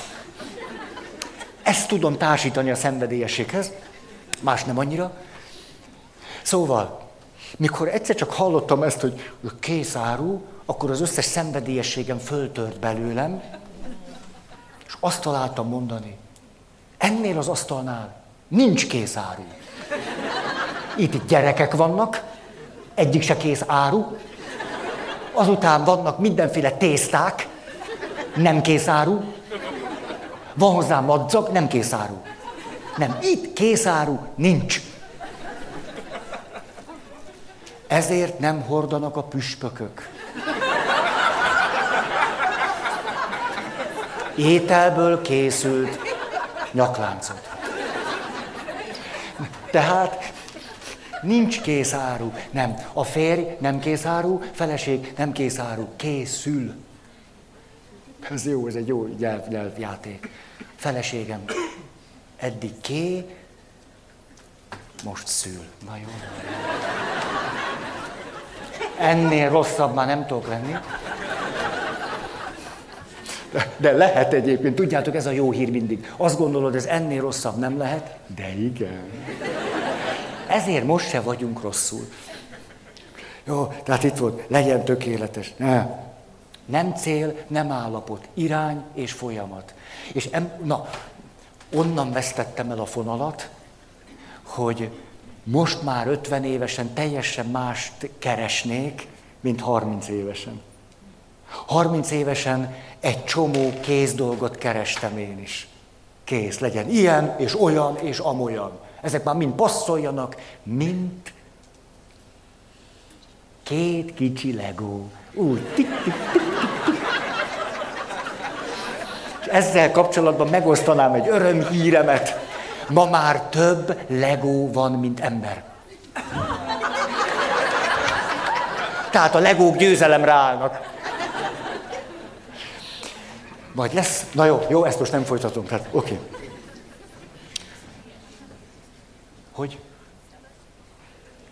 Ezt tudom társítani a szenvedélyességhez, más nem annyira. Szóval, mikor egyszer csak hallottam ezt, hogy készáru, akkor az összes szenvedélyességem föltört belőlem, és azt találtam mondani, ennél az asztalnál nincs készáru. Itt, itt gyerekek vannak, egyik se kész áru, azután vannak mindenféle tészták, nem készáru, van hozzá madzag, nem készáru. Nem, itt készáru nincs. Ezért nem hordanak a püspökök. Ételből készült nyakláncot. Tehát nincs készáru. Nem. A férj nem készáru, feleség nem készáru. Készül. Ez jó, ez egy jó nyelv, nyelvjáték. Feleségem eddig ké, most szül. Na jó. Ennél rosszabb már nem tudok lenni. De, de lehet egyébként, tudjátok, ez a jó hír mindig. Azt gondolod, ez ennél rosszabb nem lehet? De igen. Ezért most se vagyunk rosszul. Jó, tehát itt volt, legyen tökéletes. Ne. Nem cél, nem állapot, irány és folyamat. És em, na, onnan vesztettem el a fonalat, hogy most már ötven évesen teljesen mást keresnék, mint harminc évesen. harminc évesen egy csomó kész dolgot kerestem én is. Kész, legyen ilyen, és olyan, és amolyan. Ezek már mind passzoljanak, mint két kicsi legó. Úgy, tik, tik, tik, tik, tik. És ezzel kapcsolatban megosztanám egy örömhíremet. Ma már több legó van, mint ember. Tehát a legók győzelemre állnak. Majd lesz? Na jó, jó, ezt most nem folytatom. Tehát, oké. Okay. Hogy?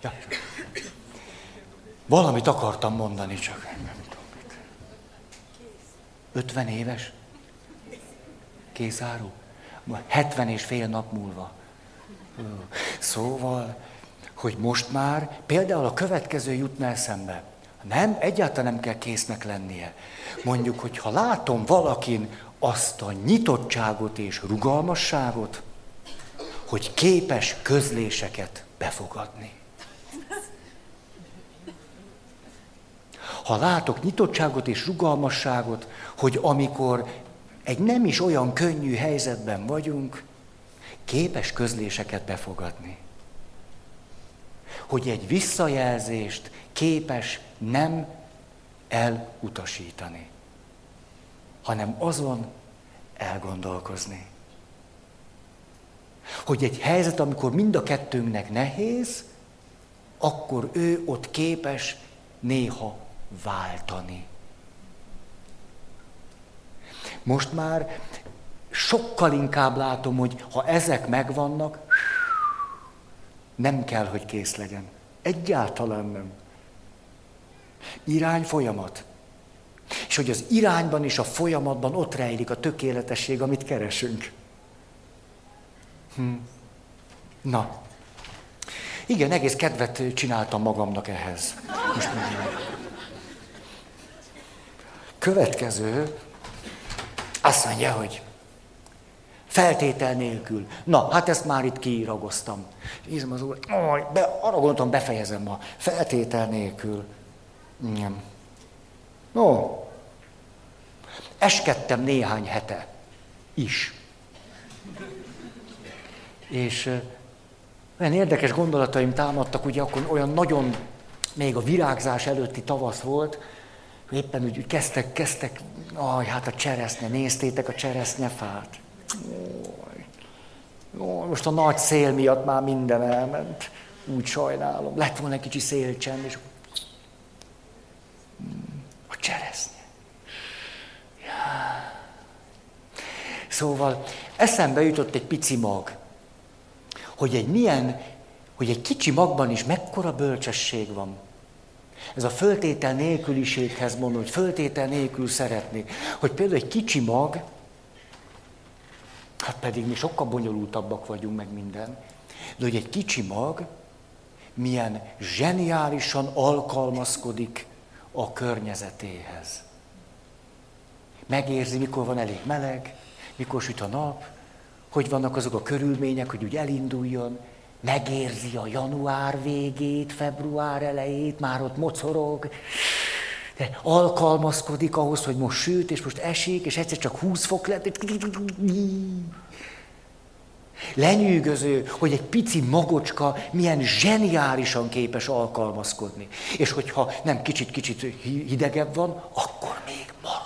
Ja. Valamit akartam mondani, csak nem tudom mit. ötven éves? Kézáró? hetven és fél nap múlva. Szóval, hogy most már például a következő jutna eszembe. Nem, egyáltalán nem kell késznek lennie. Mondjuk, hogy ha látom valakin azt a nyitottságot és rugalmasságot, hogy képes közléseket befogadni. Ha látok nyitottságot és rugalmasságot, hogy amikor egy nem is olyan könnyű helyzetben vagyunk, képes közléseket befogadni. Hogy egy visszajelzést képes nem elutasítani, hanem azon elgondolkozni. Hogy egy helyzet, amikor mind a kettőnknek nehéz, akkor ő ott képes néha váltani. Most már sokkal inkább látom, hogy ha ezek megvannak, nem kell, hogy kész legyen. Egyáltalán nem. Irány, folyamat. És hogy az irányban és a folyamatban ott rejlik a tökéletesség, amit keresünk. Hm. Na. Igen, egész kedvet csináltam magamnak ehhez. Most mondjuk. Következő, azt mondja, hogy feltétel nélkül. Na, hát ezt már itt kiíragoztam. Nézem az úr, be, arra gondoltam, befejezem ma. Feltétel nélkül. Nem. No, eskedtem néhány hete is. És olyan érdekes gondolataim támadtak, ugye akkor olyan nagyon, még a virágzás előtti tavasz volt, éppen úgy kezdtek, kezdtek, aj, hát a cseresznye, néztétek a cseresznyefát? Ó, most a nagy szél miatt már minden elment. Úgy sajnálom. Lett volna egy kicsi szélcsend, és a cseresznye. Ja. Szóval eszembe jutott egy pici mag, hogy egy milyen, hogy egy kicsi magban is mekkora bölcsesség van. Ez a föltétel nélküliséghez mondom, hogy föltétel nélkül szeretni. Hogy például egy kicsi mag, hát pedig mi sokkal bonyolultabbak vagyunk meg minden, de hogy egy kicsi mag milyen zseniálisan alkalmazkodik a környezetéhez. Megérzi, mikor van elég meleg, mikor süt a nap, hogy vannak azok a körülmények, hogy úgy elinduljon, megérzi a január végét, február elejét, már ott mocorog, de alkalmazkodik ahhoz, hogy most süt, és most esik, és egyszer csak húsz fok lett. Lenyűgöző, hogy egy pici magocska milyen zseniálisan képes alkalmazkodni. És hogyha nem kicsit-kicsit hidegebb van, akkor még marad.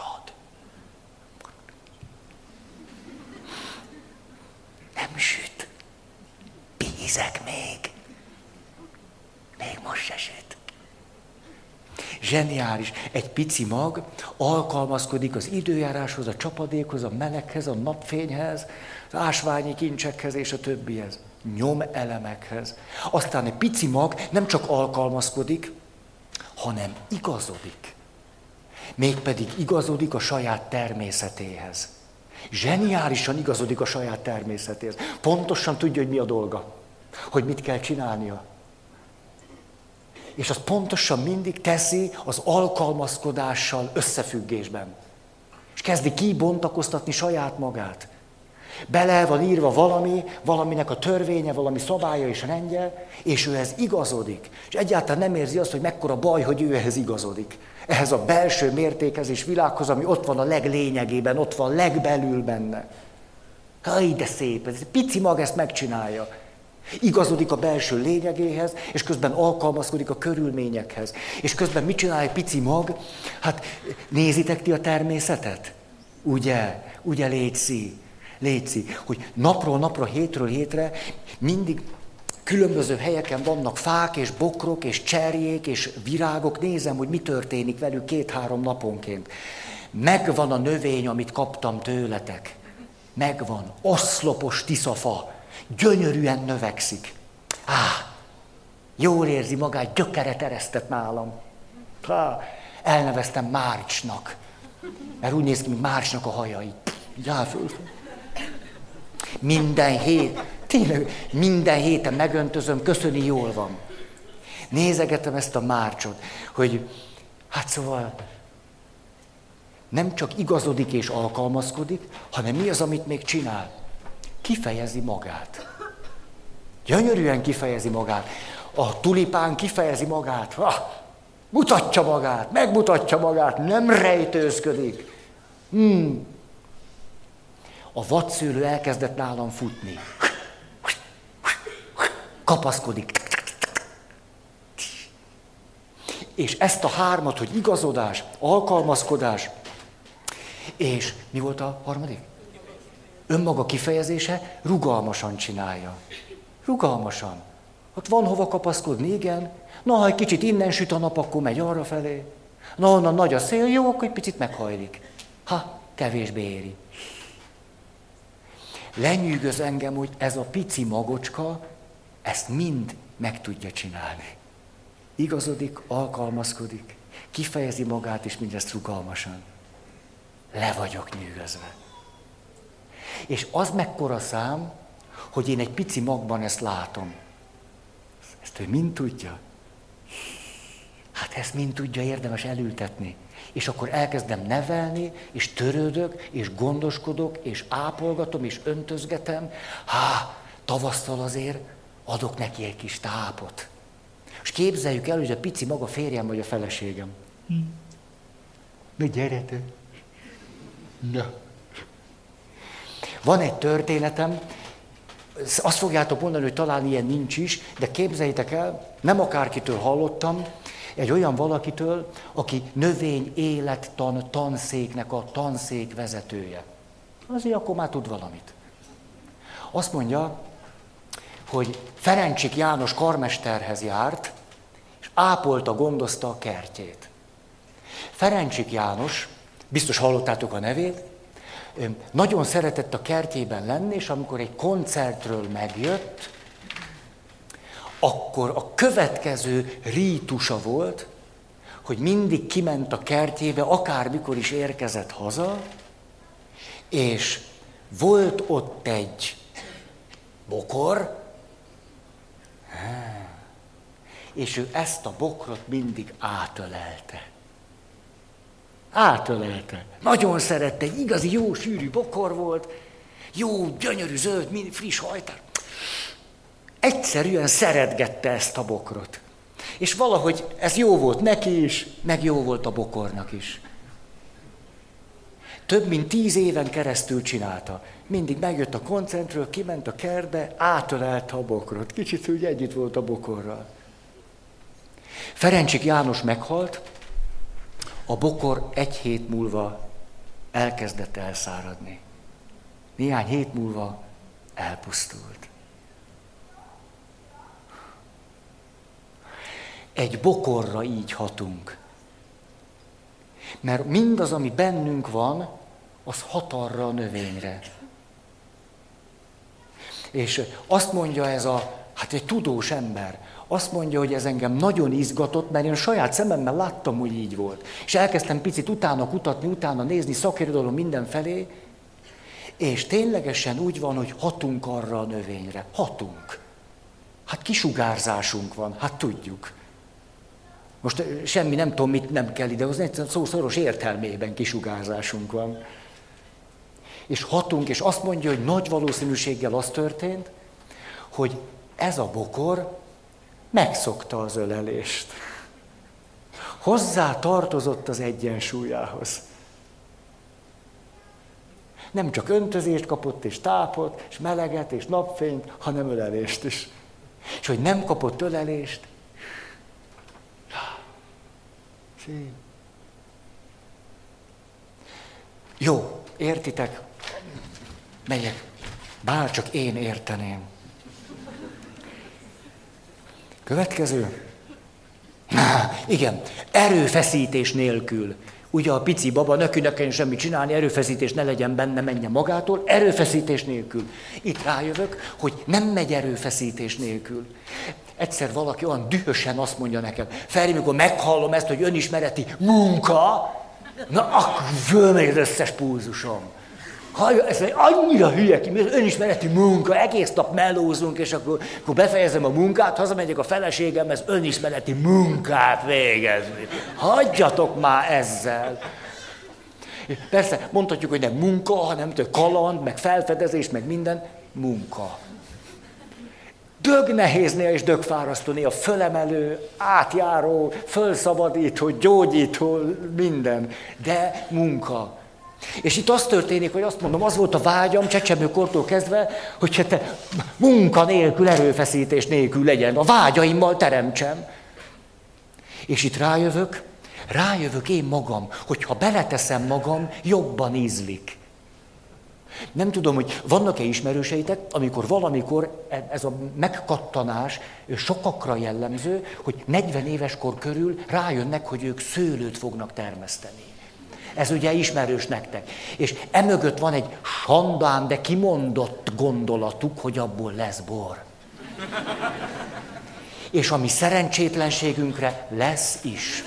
Nem süt. Bízek még. Még most se süt. Zseniális. Egy pici mag alkalmazkodik az időjáráshoz, a csapadékhoz, a meleghez, a napfényhez, az ásványi kincsekhez és a többihez. Nyomelemekhez. Aztán egy pici mag nem csak alkalmazkodik, hanem igazodik. Mégpedig igazodik a saját természetéhez. Zseniálisan igazodik a saját természetéhez. Pontosan tudja, hogy mi a dolga. Hogy mit kell csinálnia. És azt pontosan mindig teszi az alkalmazkodással összefüggésben. És kezdi kibontakoztatni saját magát. Bele van írva valami, valaminek a törvénye, valami szabálya és rendje, és ő ez igazodik. És egyáltalán nem érzi azt, hogy mekkora baj, hogy ő ehhez igazodik. Ehhez a belső mértékezés világhoz, ami ott van a leglényegében, ott van legbelül benne. Haj, de szép, ez egy pici mag ezt megcsinálja. Igazodik a belső lényegéhez, és közben alkalmazkodik a körülményekhez. És közben mit csinál egy pici mag? Hát nézitek ti a természetet? Ugye? Ugye létszi? Létszi, hogy napról napra, hétről hétre mindig különböző helyeken vannak fák és bokrok és cserjék és virágok. Nézem, hogy mi történik velük két-három naponként. Megvan a növény, amit kaptam tőletek. Megvan. Oszlopos tiszafa. Gyönyörűen növekszik. Á, Jól érzi magát, gyökeret eresztett nálam. Há, elneveztem Márcsnak. Mert úgy néz ki, mint Márcsnak a hajai. Föl. Minden hét, tényleg, minden héten megöntözöm, köszöni, jól van. Nézegetem ezt a Márcsot, hogy hát szóval nem csak igazodik és alkalmazkodik, hanem mi az, amit még csinál? Kifejezi magát. Gyönyörűen kifejezi magát. A tulipán kifejezi magát. Ha, mutatja magát, megmutatja magát, nem rejtőzködik. Hmm. A vadszőlő elkezdett nálam futni. Kapaszkodik. És ezt a hármat, hogy igazodás, alkalmazkodás, és mi volt a harmadik? Önmaga kifejezése, rugalmasan csinálja. Rugalmasan. Ott van hova kapaszkodni, igen. Na, ha egy kicsit innen süt a nap, akkor megy arra felé. Na, onnan nagy a szél, jó, akkor egy picit meghajlik. Ha, kevésbé éri. Lenyűgöz engem, hogy ez a pici magocska ezt mind meg tudja csinálni. Igazodik, alkalmazkodik, kifejezi magát, és mindezt rugalmasan. Le vagyok nyűgözve. És az mekkora szám, hogy én egy pici magban ezt látom. Ezt ő mind tudja? Hát ezt mind tudja, érdemes elültetni. És akkor elkezdem nevelni, és törődök, és gondoskodok, és ápolgatom, és öntözgetem. Há, tavasszal azért adok neki egy kis tápot. És képzeljük el, hogy a pici maga férjem vagy a feleségem. Na gyere te! Na. Van egy történetem, azt fogjátok mondani, hogy talán ilyen nincs is, de képzeljétek el, nem akárkitől hallottam, egy olyan valakitől, aki növény élettan tanszéknek a tanszék vezetője. Azért akkor már tud valamit. Azt mondja, hogy Ferencsik János karmesterhez járt, és ápolta, gondozta a kertjét. Ferencsik János, biztos hallottátok a nevét, nagyon szeretett a kertjében lenni, és amikor egy koncertről megjött, akkor a következő rítusa volt, hogy mindig kiment a kertjébe, akármikor is érkezett haza, és volt ott egy bokor, és ő ezt a bokrot mindig átölelte. Átölelte. Nagyon szerette, egy igazi jó sűrű bokor volt, jó, gyönyörű, zöld, friss hajtár. Egyszerűen szeretgette ezt a bokrot. És valahogy ez jó volt neki is, meg jó volt a bokornak is. Több mint tíz éven keresztül csinálta. Mindig megjött a koncertről, kiment a kertbe, átölelte a bokrot. Kicsit úgy együtt volt a bokorral. Ferencsik János meghalt, a bokor egy hét múlva elkezdett elszáradni. Néhány hét múlva elpusztult. Egy bokorra így hatunk. Mert mindaz, ami bennünk van, az hat arra a növényre. És azt mondja ez a, hát egy tudós ember, azt mondja, hogy ez engem nagyon izgatott, mert én saját szememmel láttam, hogy így volt. És elkezdtem picit utána kutatni, utána nézni, szakirodalom mindenfelé, és ténylegesen úgy van, hogy hatunk arra a növényre. Hatunk. Hát kisugárzásunk van, hát tudjuk. Most semmi, nem tudom, mit nem kell idehozni, egyszerűen szó szoros értelmében kisugárzásunk van. És hatunk, és azt mondja, hogy nagy valószínűséggel az történt, hogy ez a bokor megszokta az ölelést. Hozzá tartozott az egyensúlyához. Nem csak öntözést kapott, és tápot, és meleget, és napfényt, hanem ölelést is. És hogy nem kapott ölelést, jó, értitek? Megyek. Bár csak én érteném. Következő. Na, igen, erőfeszítés nélkül. Ugye a pici baba, neki ne kelljen semmit csinálni, erőfeszítés ne legyen benne, menjen magától, erőfeszítés nélkül. Itt rájövök, hogy nem megy erőfeszítés nélkül. egyszer valaki olyan dühösen azt mondja nekem, Feri, mikor meghallom ezt, hogy önismereti munka, na akkor fölmegy az összes pulzusom. Hallja, ez annyira hülye ki, az önismereti munka, egész nap melózunk, és akkor, akkor befejezem a munkát, hazamegyek a feleségemhez önismereti munkát végezni. Hagyjatok már ezzel! Persze, mondhatjuk, hogy nem munka, hanem kaland, meg felfedezés, meg minden. Munka. Dög nehéznél és dög fárasztónél, fölemelő, átjáró, fölszabadító, gyógyító, minden. De munka. És itt az történik, hogy azt mondom, az volt a vágyam csecsemőkortól kezdve, hogy te munka nélkül, erőfeszítés nélkül legyen, a vágyaimmal teremtsem. És itt rájövök, rájövök én magam, hogyha beleteszem magam, jobban ízlik. Nem tudom, hogy vannak-e ismerőseitek, amikor valamikor ez a megkattanás sokakra jellemző, hogy negyven éves kor körül rájönnek, hogy ők szőlőt fognak termeszteni. Ez ugye ismerős nektek. És emögött van egy sandán, de kimondott gondolatuk, hogy abból lesz bor. És a mi szerencsétlenségünkre lesz is.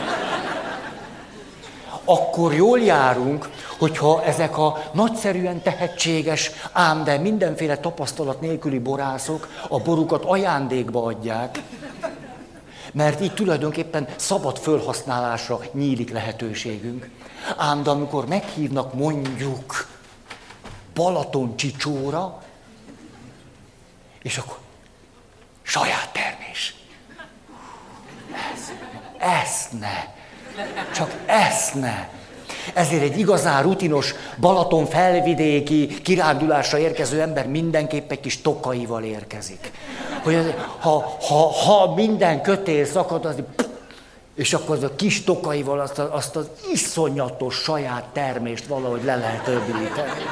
Akkor jól járunk, hogyha ezek a nagyszerűen tehetséges, ám de mindenféle tapasztalat nélküli borászok a borukat ajándékba adják, mert így tulajdonképpen szabad fölhasználásra nyílik lehetőségünk. Ám de amikor meghívnak mondjuk Balaton-Csicsóra, és akkor saját termés. Ez, ezt ne. Csak ezt ne. Ezért egy igazán rutinos Balaton felvidéki kirándulásra érkező ember mindenképp egy kis tokaival érkezik. Hogy az, ha, ha, ha minden kötél szakad, az, és akkor az a kis tokaival azt, a, azt az iszonyatos saját termést valahogy le lehet öblíteni.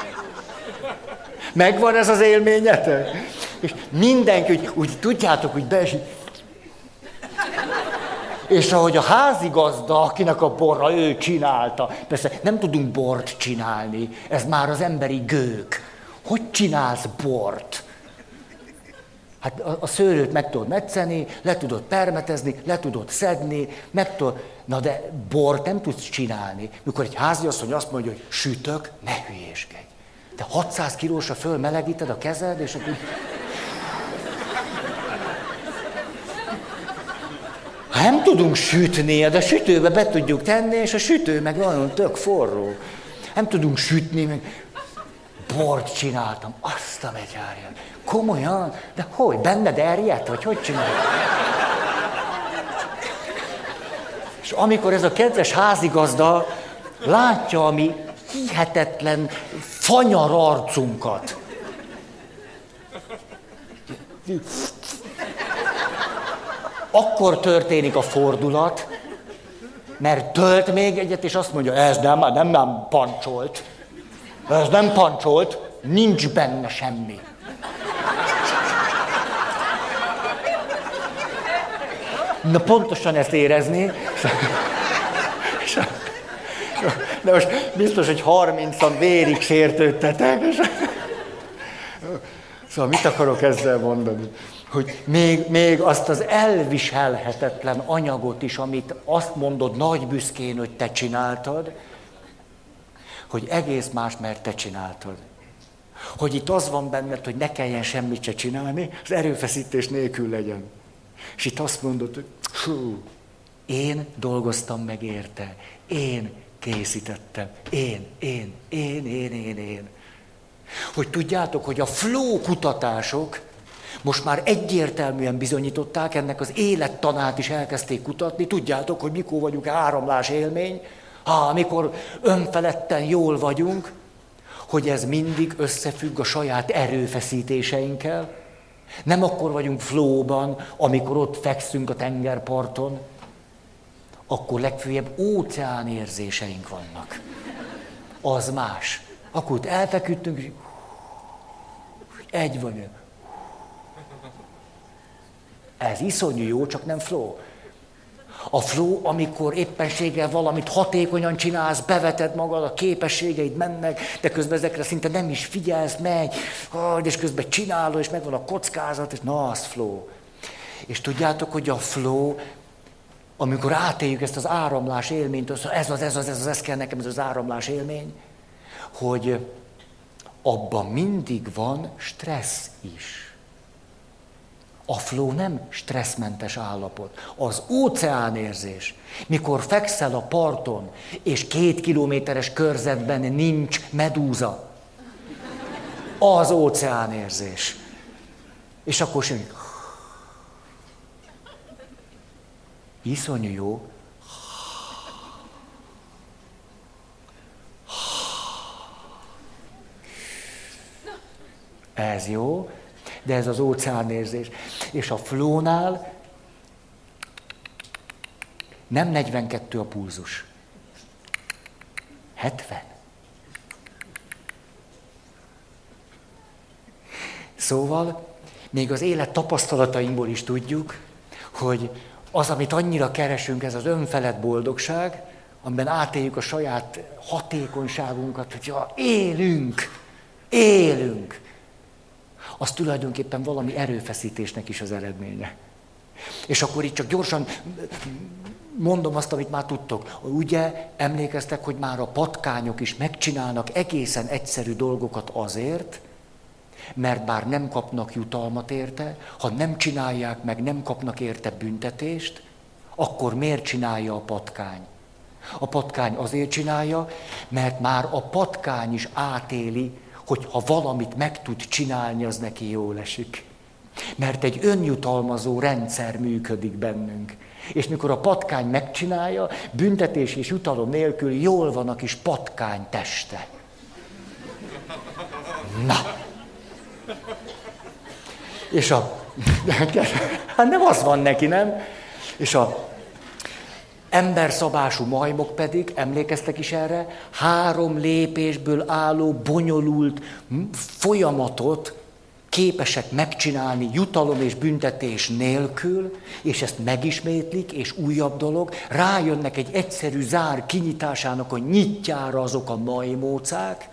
Megvan ez az élményetek? És mindenki, úgy, úgy tudjátok, hogy beesik. És ahogy a házigazda, akinek a borra ő csinálta, persze nem tudunk bort csinálni, ez már az emberi gők. Hogy csinálsz bort? Hát a, a szőlőt meg tudod metszeni, le tudod permetezni, le tudod szedni, meg tudod... Na de bort nem tudsz csinálni. Mikor egy háziasszony azt mondja, hogy sütök, ne hülyéskedj. Te hatszáz kilósra fölmelegíted a kezed, és akkor... Nem tudunk sütni, de a sütőbe be tudjuk tenni, és a sütő meg nagyon tök forró. Nem tudunk sütni, meg bort csináltam, azt a megyárját. Komolyan? De hogy, benned erjedt, vagy hogy csináltam? És amikor ez a kedves házigazda látja a mi hihetetlen fanyar arcunkat, akkor történik a fordulat, mert tölt még egyet, és azt mondja, ez nem, nem, nem pancsolt. Ez nem pancsolt, nincs benne semmi. Na pontosan ezt érezni. De most biztos, hogy harmincan vérig sértődtetek. Szóval mit akarok ezzel mondani? Hogy még, még azt az elviselhetetlen anyagot is, amit azt mondod nagy büszkén, hogy te csináltad, hogy egész más, mert te csináltad. Hogy itt az van benned, hogy ne kelljen semmit se csinálni, az erőfeszítés nélkül legyen. És itt azt mondod, hogy hú, én dolgoztam meg érte, én készítettem, én, én, én, én, én, én. Hogy tudjátok, hogy a flow kutatások most már egyértelműen bizonyították, ennek az élettanát is elkezdték kutatni. Tudjátok, hogy mikor vagyunk áramlás élmény, ha, amikor önfeledten jól vagyunk, hogy ez mindig összefügg a saját erőfeszítéseinkkel. Nem akkor vagyunk flowban, amikor ott fekszünk a tengerparton, akkor legfőjebb óceánérzéseink vannak. Az más. Akkor ott elfeküdtünk, és egy vagyunk. Ez iszonyú jó, csak nem flow. A flow, amikor éppenséggel valamit hatékonyan csinálsz, beveted magad, a képességeid mennek, de közben ezekre szinte nem is figyelsz, megy, és közben csinálod, és megvan a kockázat, és na, az flow. És tudjátok, hogy a flow, amikor átéljük ezt az áramlás élményt, az, ez az, ez az, ez az, ez kell nekem, ez az áramlás élmény, hogy abban mindig van stressz is. A flow nem stresszmentes állapot. Az óceánérzés, mikor fekszel a parton, és két kilométeres körzetben nincs medúza, az óceánérzés. És akkor sem. Iszonyú jó. Ez jó, de ez az óceánérzés. És a flownál nem negyvenkettő a pulzus. hetven. Szóval még az élet tapasztalatainkból is tudjuk, hogy az, amit annyira keresünk, ez az önfelett boldogság, amiben átéljük a saját hatékonyságunkat, hogy ja, élünk, élünk, az tulajdonképpen valami erőfeszítésnek is az eredménye. És akkor itt csak gyorsan mondom azt, amit már tudtok. Ugye emlékeztek, hogy már a patkányok is megcsinálnak egészen egyszerű dolgokat azért, mert bár nem kapnak jutalmat érte, ha nem csinálják meg, nem kapnak érte büntetést, akkor miért csinálja a patkány? A patkány azért csinálja, mert már a patkány is átéli, hogy ha valamit meg tud csinálni, az neki jól esik. Mert egy önjutalmazó rendszer működik bennünk. És mikor a patkány megcsinálja, büntetés és jutalom nélkül jól van a kis patkány teste. Na! És a... Hát nem az van neki, nem? És a emberszabású majmok pedig, emlékeztek is erre, három lépésből álló, bonyolult folyamatot képesek megcsinálni jutalom és büntetés nélkül, és ezt megismétlik, és újabb dolog, rájönnek egy egyszerű zár kinyitásának a nyitjára azok a majmócák,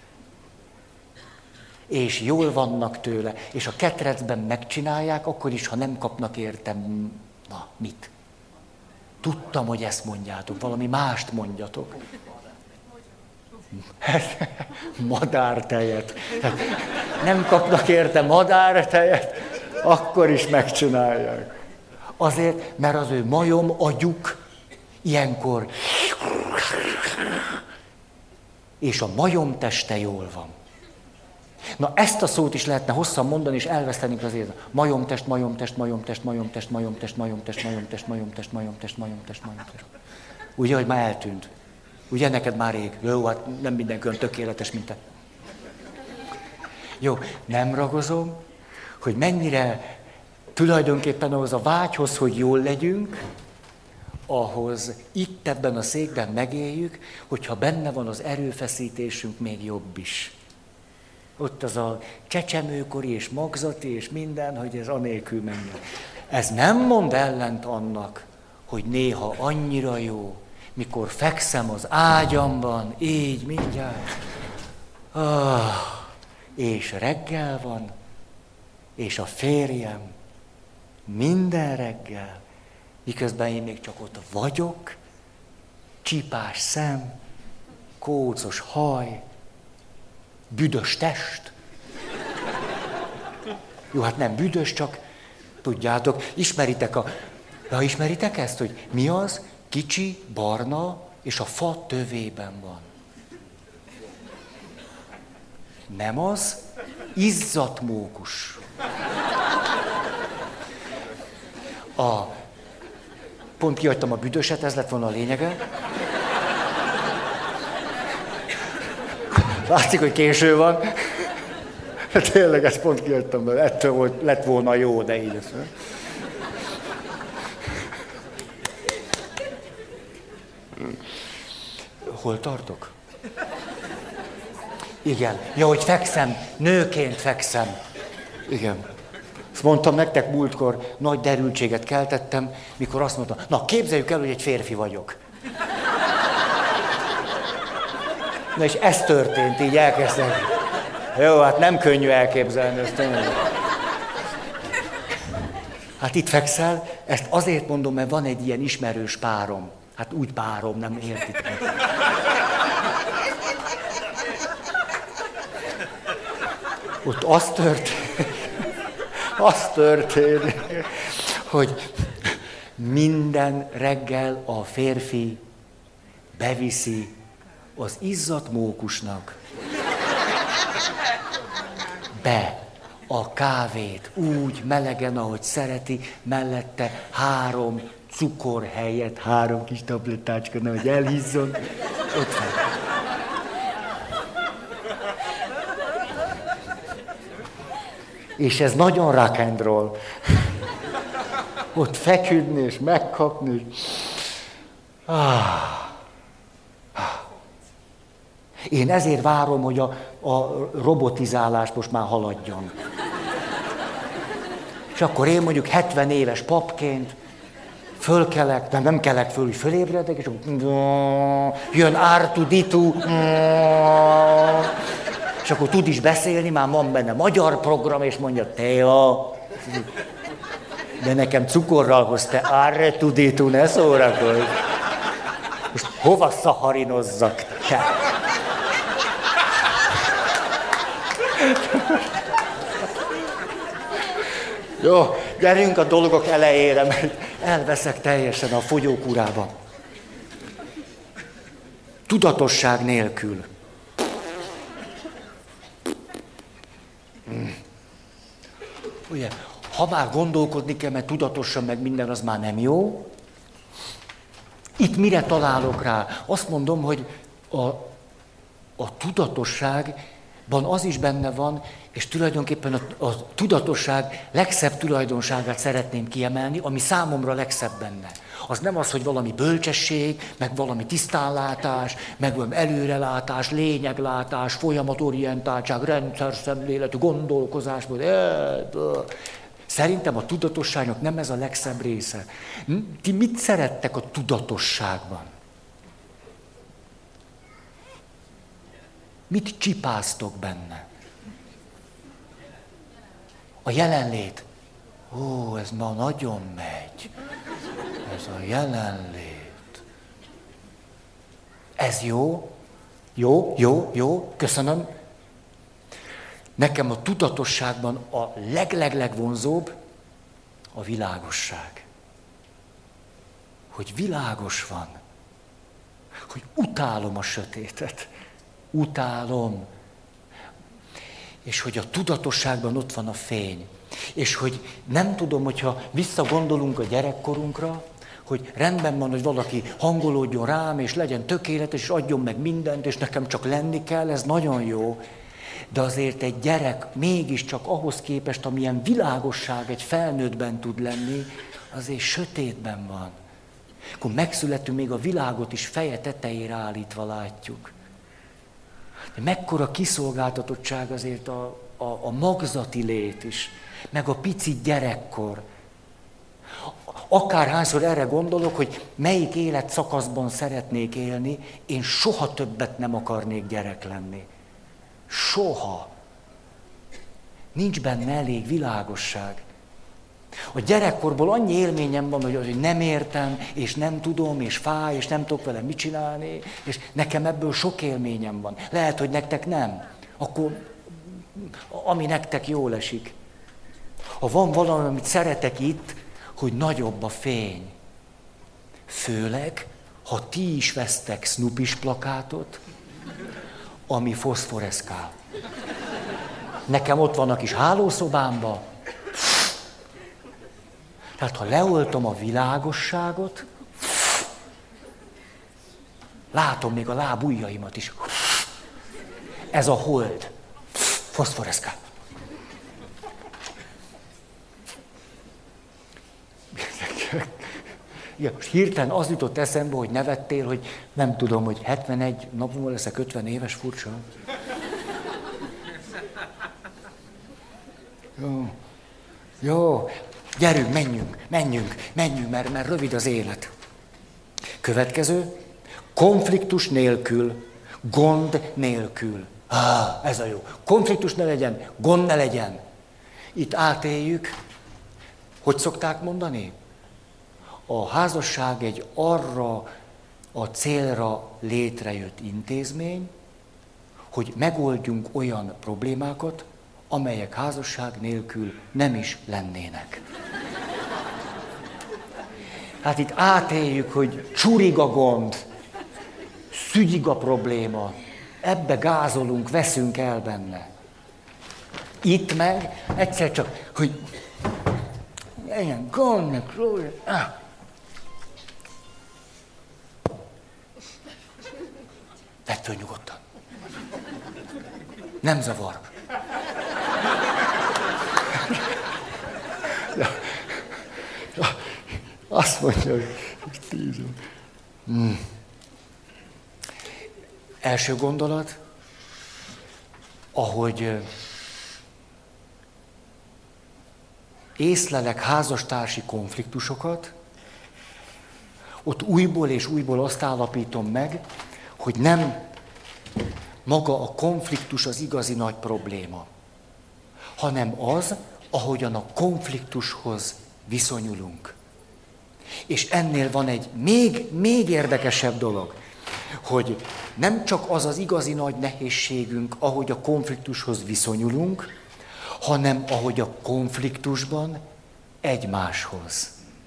és jól vannak tőle, és a ketrecben megcsinálják, akkor is, ha nem kapnak érte, na, mit? Tudtam, hogy ezt mondjátok, valami mást mondjatok. Madártejet. Nem kapnak érte madártejet, akkor is megcsinálják. Azért, mert az ő majom agyuk ilyenkor, és a majom teste jól van. Na ezt a szót is lehetne hosszan mondani, és elvesztenénk az érzet. Majomtest, majomtest, majomtest, majomtest, majomtest, majomtest, majomtest, majomtest, majomtest, majomtest, majomtest. Ugye, hogy már eltűnt. Ugye, neked már rég. Jó, hát nem mindenki olyan tökéletes, mint te. Jó, nem ragozom, hogy mennyire tulajdonképpen ahhoz a vágyhoz, hogy jól legyünk, ahhoz itt ebben a székben megéljük, hogyha benne van az erőfeszítésünk, még jobb is. Ott az a csecsemőkori és magzati és minden, hogy ez anélkül menjen. Ez nem mond ellent annak, hogy néha annyira jó, mikor fekszem az ágyamban, így mindjárt, ah, és reggel van, és a férjem minden reggel, miközben én még csak ott vagyok, csipás szem, kócos haj, büdös test. Jó, hát nem büdös, csak tudjátok, ismeritek a... Ja, ismeritek ezt, hogy mi az? Kicsi, barna, és a fa tövében van. Nem az? Izzadt mókus. A... Pont kihagytam a büdöset, ez lett volna a lényege. Látszik, hogy késő van. Tényleg, ezt pont kihagytam be. Ettől volt, lett volna jó, de így ezt. Hol tartok? Igen. Ja, hogy fekszem. Nőként fekszem. Igen. Ezt mondtam nektek múltkor, nagy derültséget keltettem, mikor azt mondtam, na képzeljük el, hogy egy férfi vagyok. Na és ez történt, így elkezdtem. Jó, hát nem könnyű elképzelni ezt tényleg. Hát itt fekszel, ezt azért mondom, mert van egy ilyen ismerős párom. Hát úgy párom, nem értitek. Ott az történt, az történt, hogy minden reggel a férfi beviszi az izzadt mókusnak be a kávét úgy melegen, ahogy szereti, mellette három cukor helyett, három kis tablettácska, hogy elhízzon. Ott van. És ez nagyon rock and roll. Ott feküdni és megkapni. Ah. Én ezért várom, hogy a, a robotizálás most már haladjon. És akkor én mondjuk hetven éves papként fölkelek, nem, nem kelek föl, hogy fölébredek, és akkor jön Ártuditu, és akkor tud is beszélni, már van benne magyar program, és mondja, Téa, de nekem cukorral hoz, te Ártuditu, ne szórakozz. Most hova szaharinozzak? Te? Jó, gyerünk a dolgok elejére, mert elveszek teljesen a fogyókúrában. Tudatosság nélkül. Hmm. Ugye, ha már gondolkodni kell, mert tudatosan meg minden, az már nem jó. Itt mire találok rá? Azt mondom, hogy a, a tudatosságban az is benne van, és tulajdonképpen a, a tudatosság legszebb tulajdonságát szeretném kiemelni, ami számomra legszebb benne. Az nem az, hogy valami bölcsesség, meg valami tisztánlátás, meg valami előrelátás, lényeglátás, folyamatorientáltság, rendszerszemléletű gondolkozás. Szerintem a tudatosságnak nem ez a legszebb része. Ti mit szerettek a tudatosságban? Mit csipáztok benne? A jelenlét. Ó, ez ma nagyon megy. Ez a jelenlét. Ez jó? Jó, jó, jó, köszönöm. Nekem a tudatosságban a leg-leg-legvonzóbb a világosság. Hogy világos van. Hogy utálom a sötétet. Utálom. És hogy a tudatosságban ott van a fény. És hogy nem tudom, hogyha visszagondolunk a gyerekkorunkra, hogy rendben van, hogy valaki hangolódjon rám, és legyen tökéletes, és adjon meg mindent, és nekem csak lenni kell, ez nagyon jó. De azért egy gyerek mégiscsak ahhoz képest, amilyen világosság egy felnőttben tud lenni, azért sötétben van. Akkor megszületünk, még a világot is feje tetejére állítva látjuk. De mekkora kiszolgáltatottság azért a, a, a magzati lét is, meg a pici gyerekkor. Akárhányszor erre gondolok, hogy melyik életszakaszban szeretnék élni, én soha többet nem akarnék gyerek lenni. Soha. Nincs benne elég világosság. A gyerekkorból annyi élményem van, hogy, az, hogy nem értem, és nem tudom, és fáj, és nem tudok vele mit csinálni, és nekem ebből sok élményem van. Lehet, hogy nektek nem. Akkor, ami nektek jól esik. Ha van valami, amit szeretek itt, hogy nagyobb a fény. Főleg, ha ti is vesztek Snoopys plakátot, ami foszforeszkál. Nekem ott van a kis hálószobámban. Tehát ha leoltom a világosságot, látom még a lábujjaimat is. Ez a hold. Foszforeszkál. Ja, most hirtelen az jutott eszembe, hogy nevettél, hogy nem tudom, hogy hetvenegy napon leszek ötven éves, furcsa. Jó, jó, gyerünk, menjünk, menjünk, menjünk, mert, mert rövid az élet. Következő, konfliktus nélkül, gond nélkül. Ah, ez a jó. Konfliktus ne legyen, gond ne legyen. Itt átéljük, Hogy szokták mondani? A házasság egy arra a célra létrejött intézmény, hogy megoldjunk olyan problémákat, amelyek házasság nélkül nem is lennének. Hát itt átéljük, hogy csurig a gond, szügyig a probléma, ebbe gázolunk, veszünk el benne. Itt meg egyszer csak, hogy ilyen gond, meg róla. Tedd föl nyugodtan. Nem zavar. Azt mondja, hogy tízem. Hmm. Első gondolat, ahogy észlelek házastársi konfliktusokat, ott újból és újból azt állapítom meg, hogy nem maga a konfliktus az igazi nagy probléma, hanem az, ahogyan a konfliktushoz viszonyulunk. És ennél van egy még, még érdekesebb dolog, hogy nem csak az az igazi nagy nehézségünk, ahogy a konfliktushoz viszonyulunk, hanem ahogy a konfliktusban egymáshoz.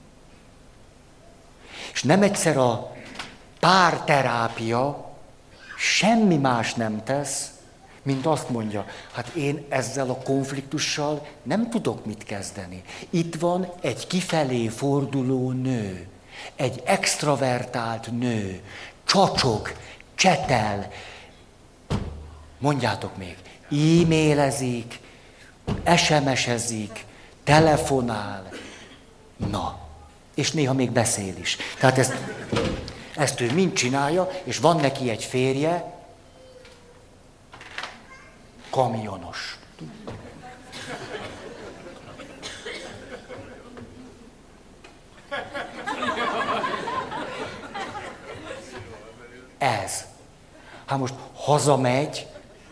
És nem egyszer a párterápia semmi más nem tesz, mint azt mondja, hát én ezzel a konfliktussal nem tudok mit kezdeni. Itt van egy kifelé forduló nő, egy extravertált nő, csacsog, csetel, mondjátok még, e-mailezik, es em es-ezik, telefonál, na, és néha még beszél is. Tehát ezt, ezt ő mind csinálja, és van neki egy férje, kamionos. Ez. Hát most hazamegy,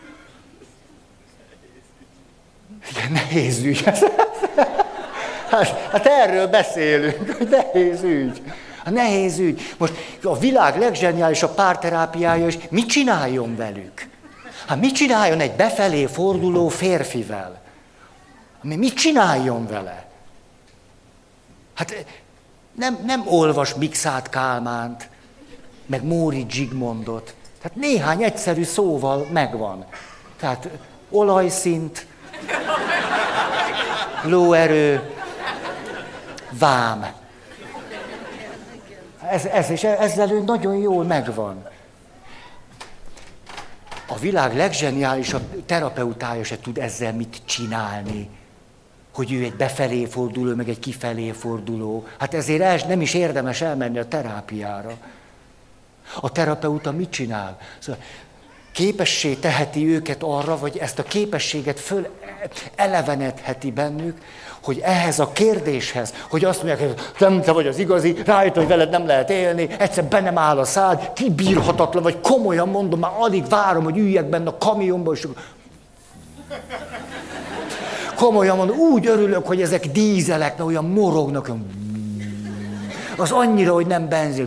igen, nehéz ügy. Hát, hát erről beszélünk, hogy nehéz ügy. A nehéz ügy. Most a világ legzseniálisabb párterápiája is, mit csináljon velük? Hát mit csináljon egy befelé forduló férfivel? Mit csináljon vele? Hát nem, nem olvas Mikszát Kálmánt, meg Móricz Zsigmondot. Tehát néhány egyszerű szóval megvan. Tehát olajszint, lóerő, vám. Ez, ez, és ezzel ő nagyon jól megvan. A világ legzseniálisabb terapeutája se tud ezzel mit csinálni. Hogy ő egy befelé forduló, meg egy kifelé forduló. Hát ezért el, nem is érdemes elmenni a terápiára. A terapeuta mit csinál? Szóval képessé teheti őket arra, vagy ezt a képességet föl elevenedheti bennük, hogy ehhez a kérdéshez, hogy azt mondják, hogy nem te vagy az igazi, rájött, hogy veled nem lehet élni, egyszer be nem áll a szád, kibírhatatlan, vagy komolyan mondom, már alig várom, hogy üljek benne a kamionba, és komolyan mondom, úgy örülök, hogy ezek dízelek, mert olyan morognak, az annyira, hogy nem benzin.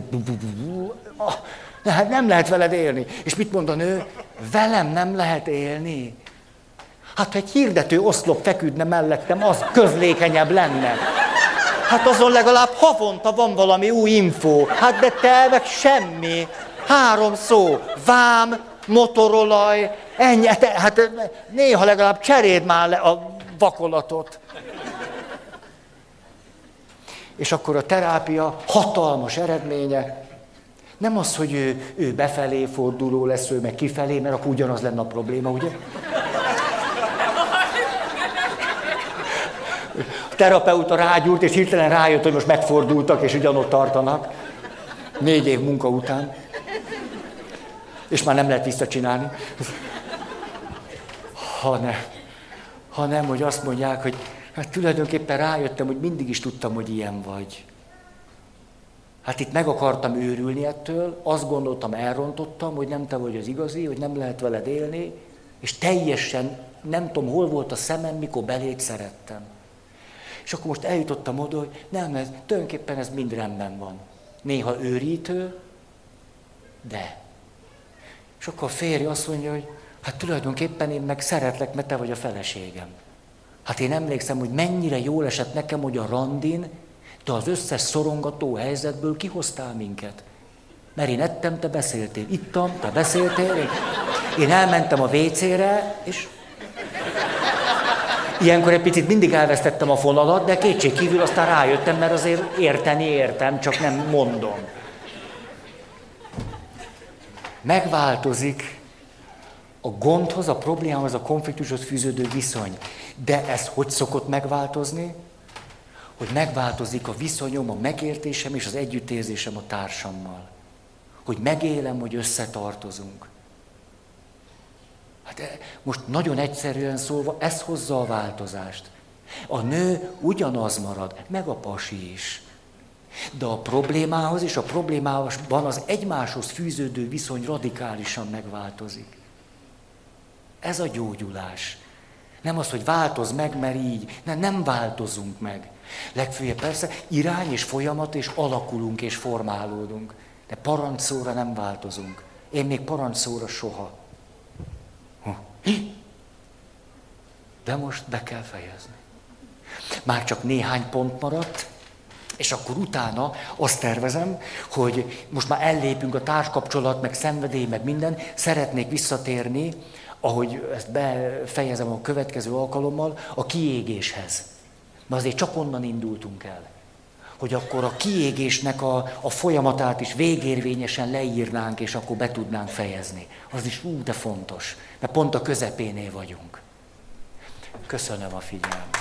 Hát nem lehet veled élni. És mit mond a nő? Velem nem lehet élni. Hát ha egy hirdető oszlop feküdne mellettem, az közlékenyebb lenne. Hát azon legalább havonta van valami új infó. Hát de te meg semmi. Három szó. Vám, motorolaj, ennyi. Hát néha legalább cseréld már le a vakolatot. És akkor a terápia hatalmas eredménye. Nem az, hogy ő, ő befelé forduló lesz, ő meg kifelé, mert akkor ugyanaz lenne a probléma, ugye? A terapeuta rágyúrt, és hirtelen rájött, hogy most megfordultak, és ugyanott tartanak. Négy év munka után. És már nem lehet visszacsinálni. Hanem, hanem, hogy azt mondják, hogy hát tulajdonképpen rájöttem, hogy mindig is tudtam, hogy ilyen vagy. Hát itt meg akartam őrülni ettől, azt gondoltam, elrontottam, hogy nem te vagy az igazi, hogy nem lehet veled élni, és teljesen nem tudom, hol volt a szemem, mikor beléd szerettem. És akkor most eljutottam oda, hogy nem, ez, tulajdonképpen ez mind rendben van. Néha őrítő, de. És akkor a férj azt mondja, hogy hát tulajdonképpen én meg szeretlek, mert te vagy a feleségem. Hát én emlékszem, hogy mennyire jól esett nekem, hogy a randin, te az összes szorongató helyzetből kihoztál minket. Mert én ettem, te beszéltél. Ittam, te beszéltél. Én, én elmentem a vécére, és ilyenkor egy picit mindig elvesztettem a fonalat, de kétségkívül aztán rájöttem, mert azért érteni értem, csak nem mondom. Megváltozik a gondhoz, a problémához, a konfliktushoz fűződő viszony. De ez hogy szokott megváltozni? Hogy megváltozik a viszonyom, a megértésem és az együttérzésem a társammal. Hogy megélem, hogy összetartozunk. Hát most nagyon egyszerűen szólva, ez hozza a változást. A nő ugyanaz marad, meg a pasi is. De a problémához és a problémában az egymáshoz fűződő viszony radikálisan megváltozik. Ez a gyógyulás. Nem az, hogy változ meg, mert így. Nem, nem változunk meg. Legfőjebb persze irány és folyamat, és alakulunk és formálódunk. De parancsszóra nem változunk. Én még parancsszóra soha. De most be kell fejezni. Már csak néhány pont maradt, és akkor utána azt tervezem, hogy most már ellépünk a társkapcsolat, meg szenvedély, meg minden, szeretnék visszatérni, ahogy ezt befejezem a következő alkalommal, a kiégéshez. Mert azért csak onnan indultunk el. Hogy akkor a kiégésnek a, a folyamatát is végérvényesen leírnánk, és akkor be tudnánk fejezni. Az is ú, de fontos, mert pont a közepénél vagyunk. Köszönöm a figyelmet.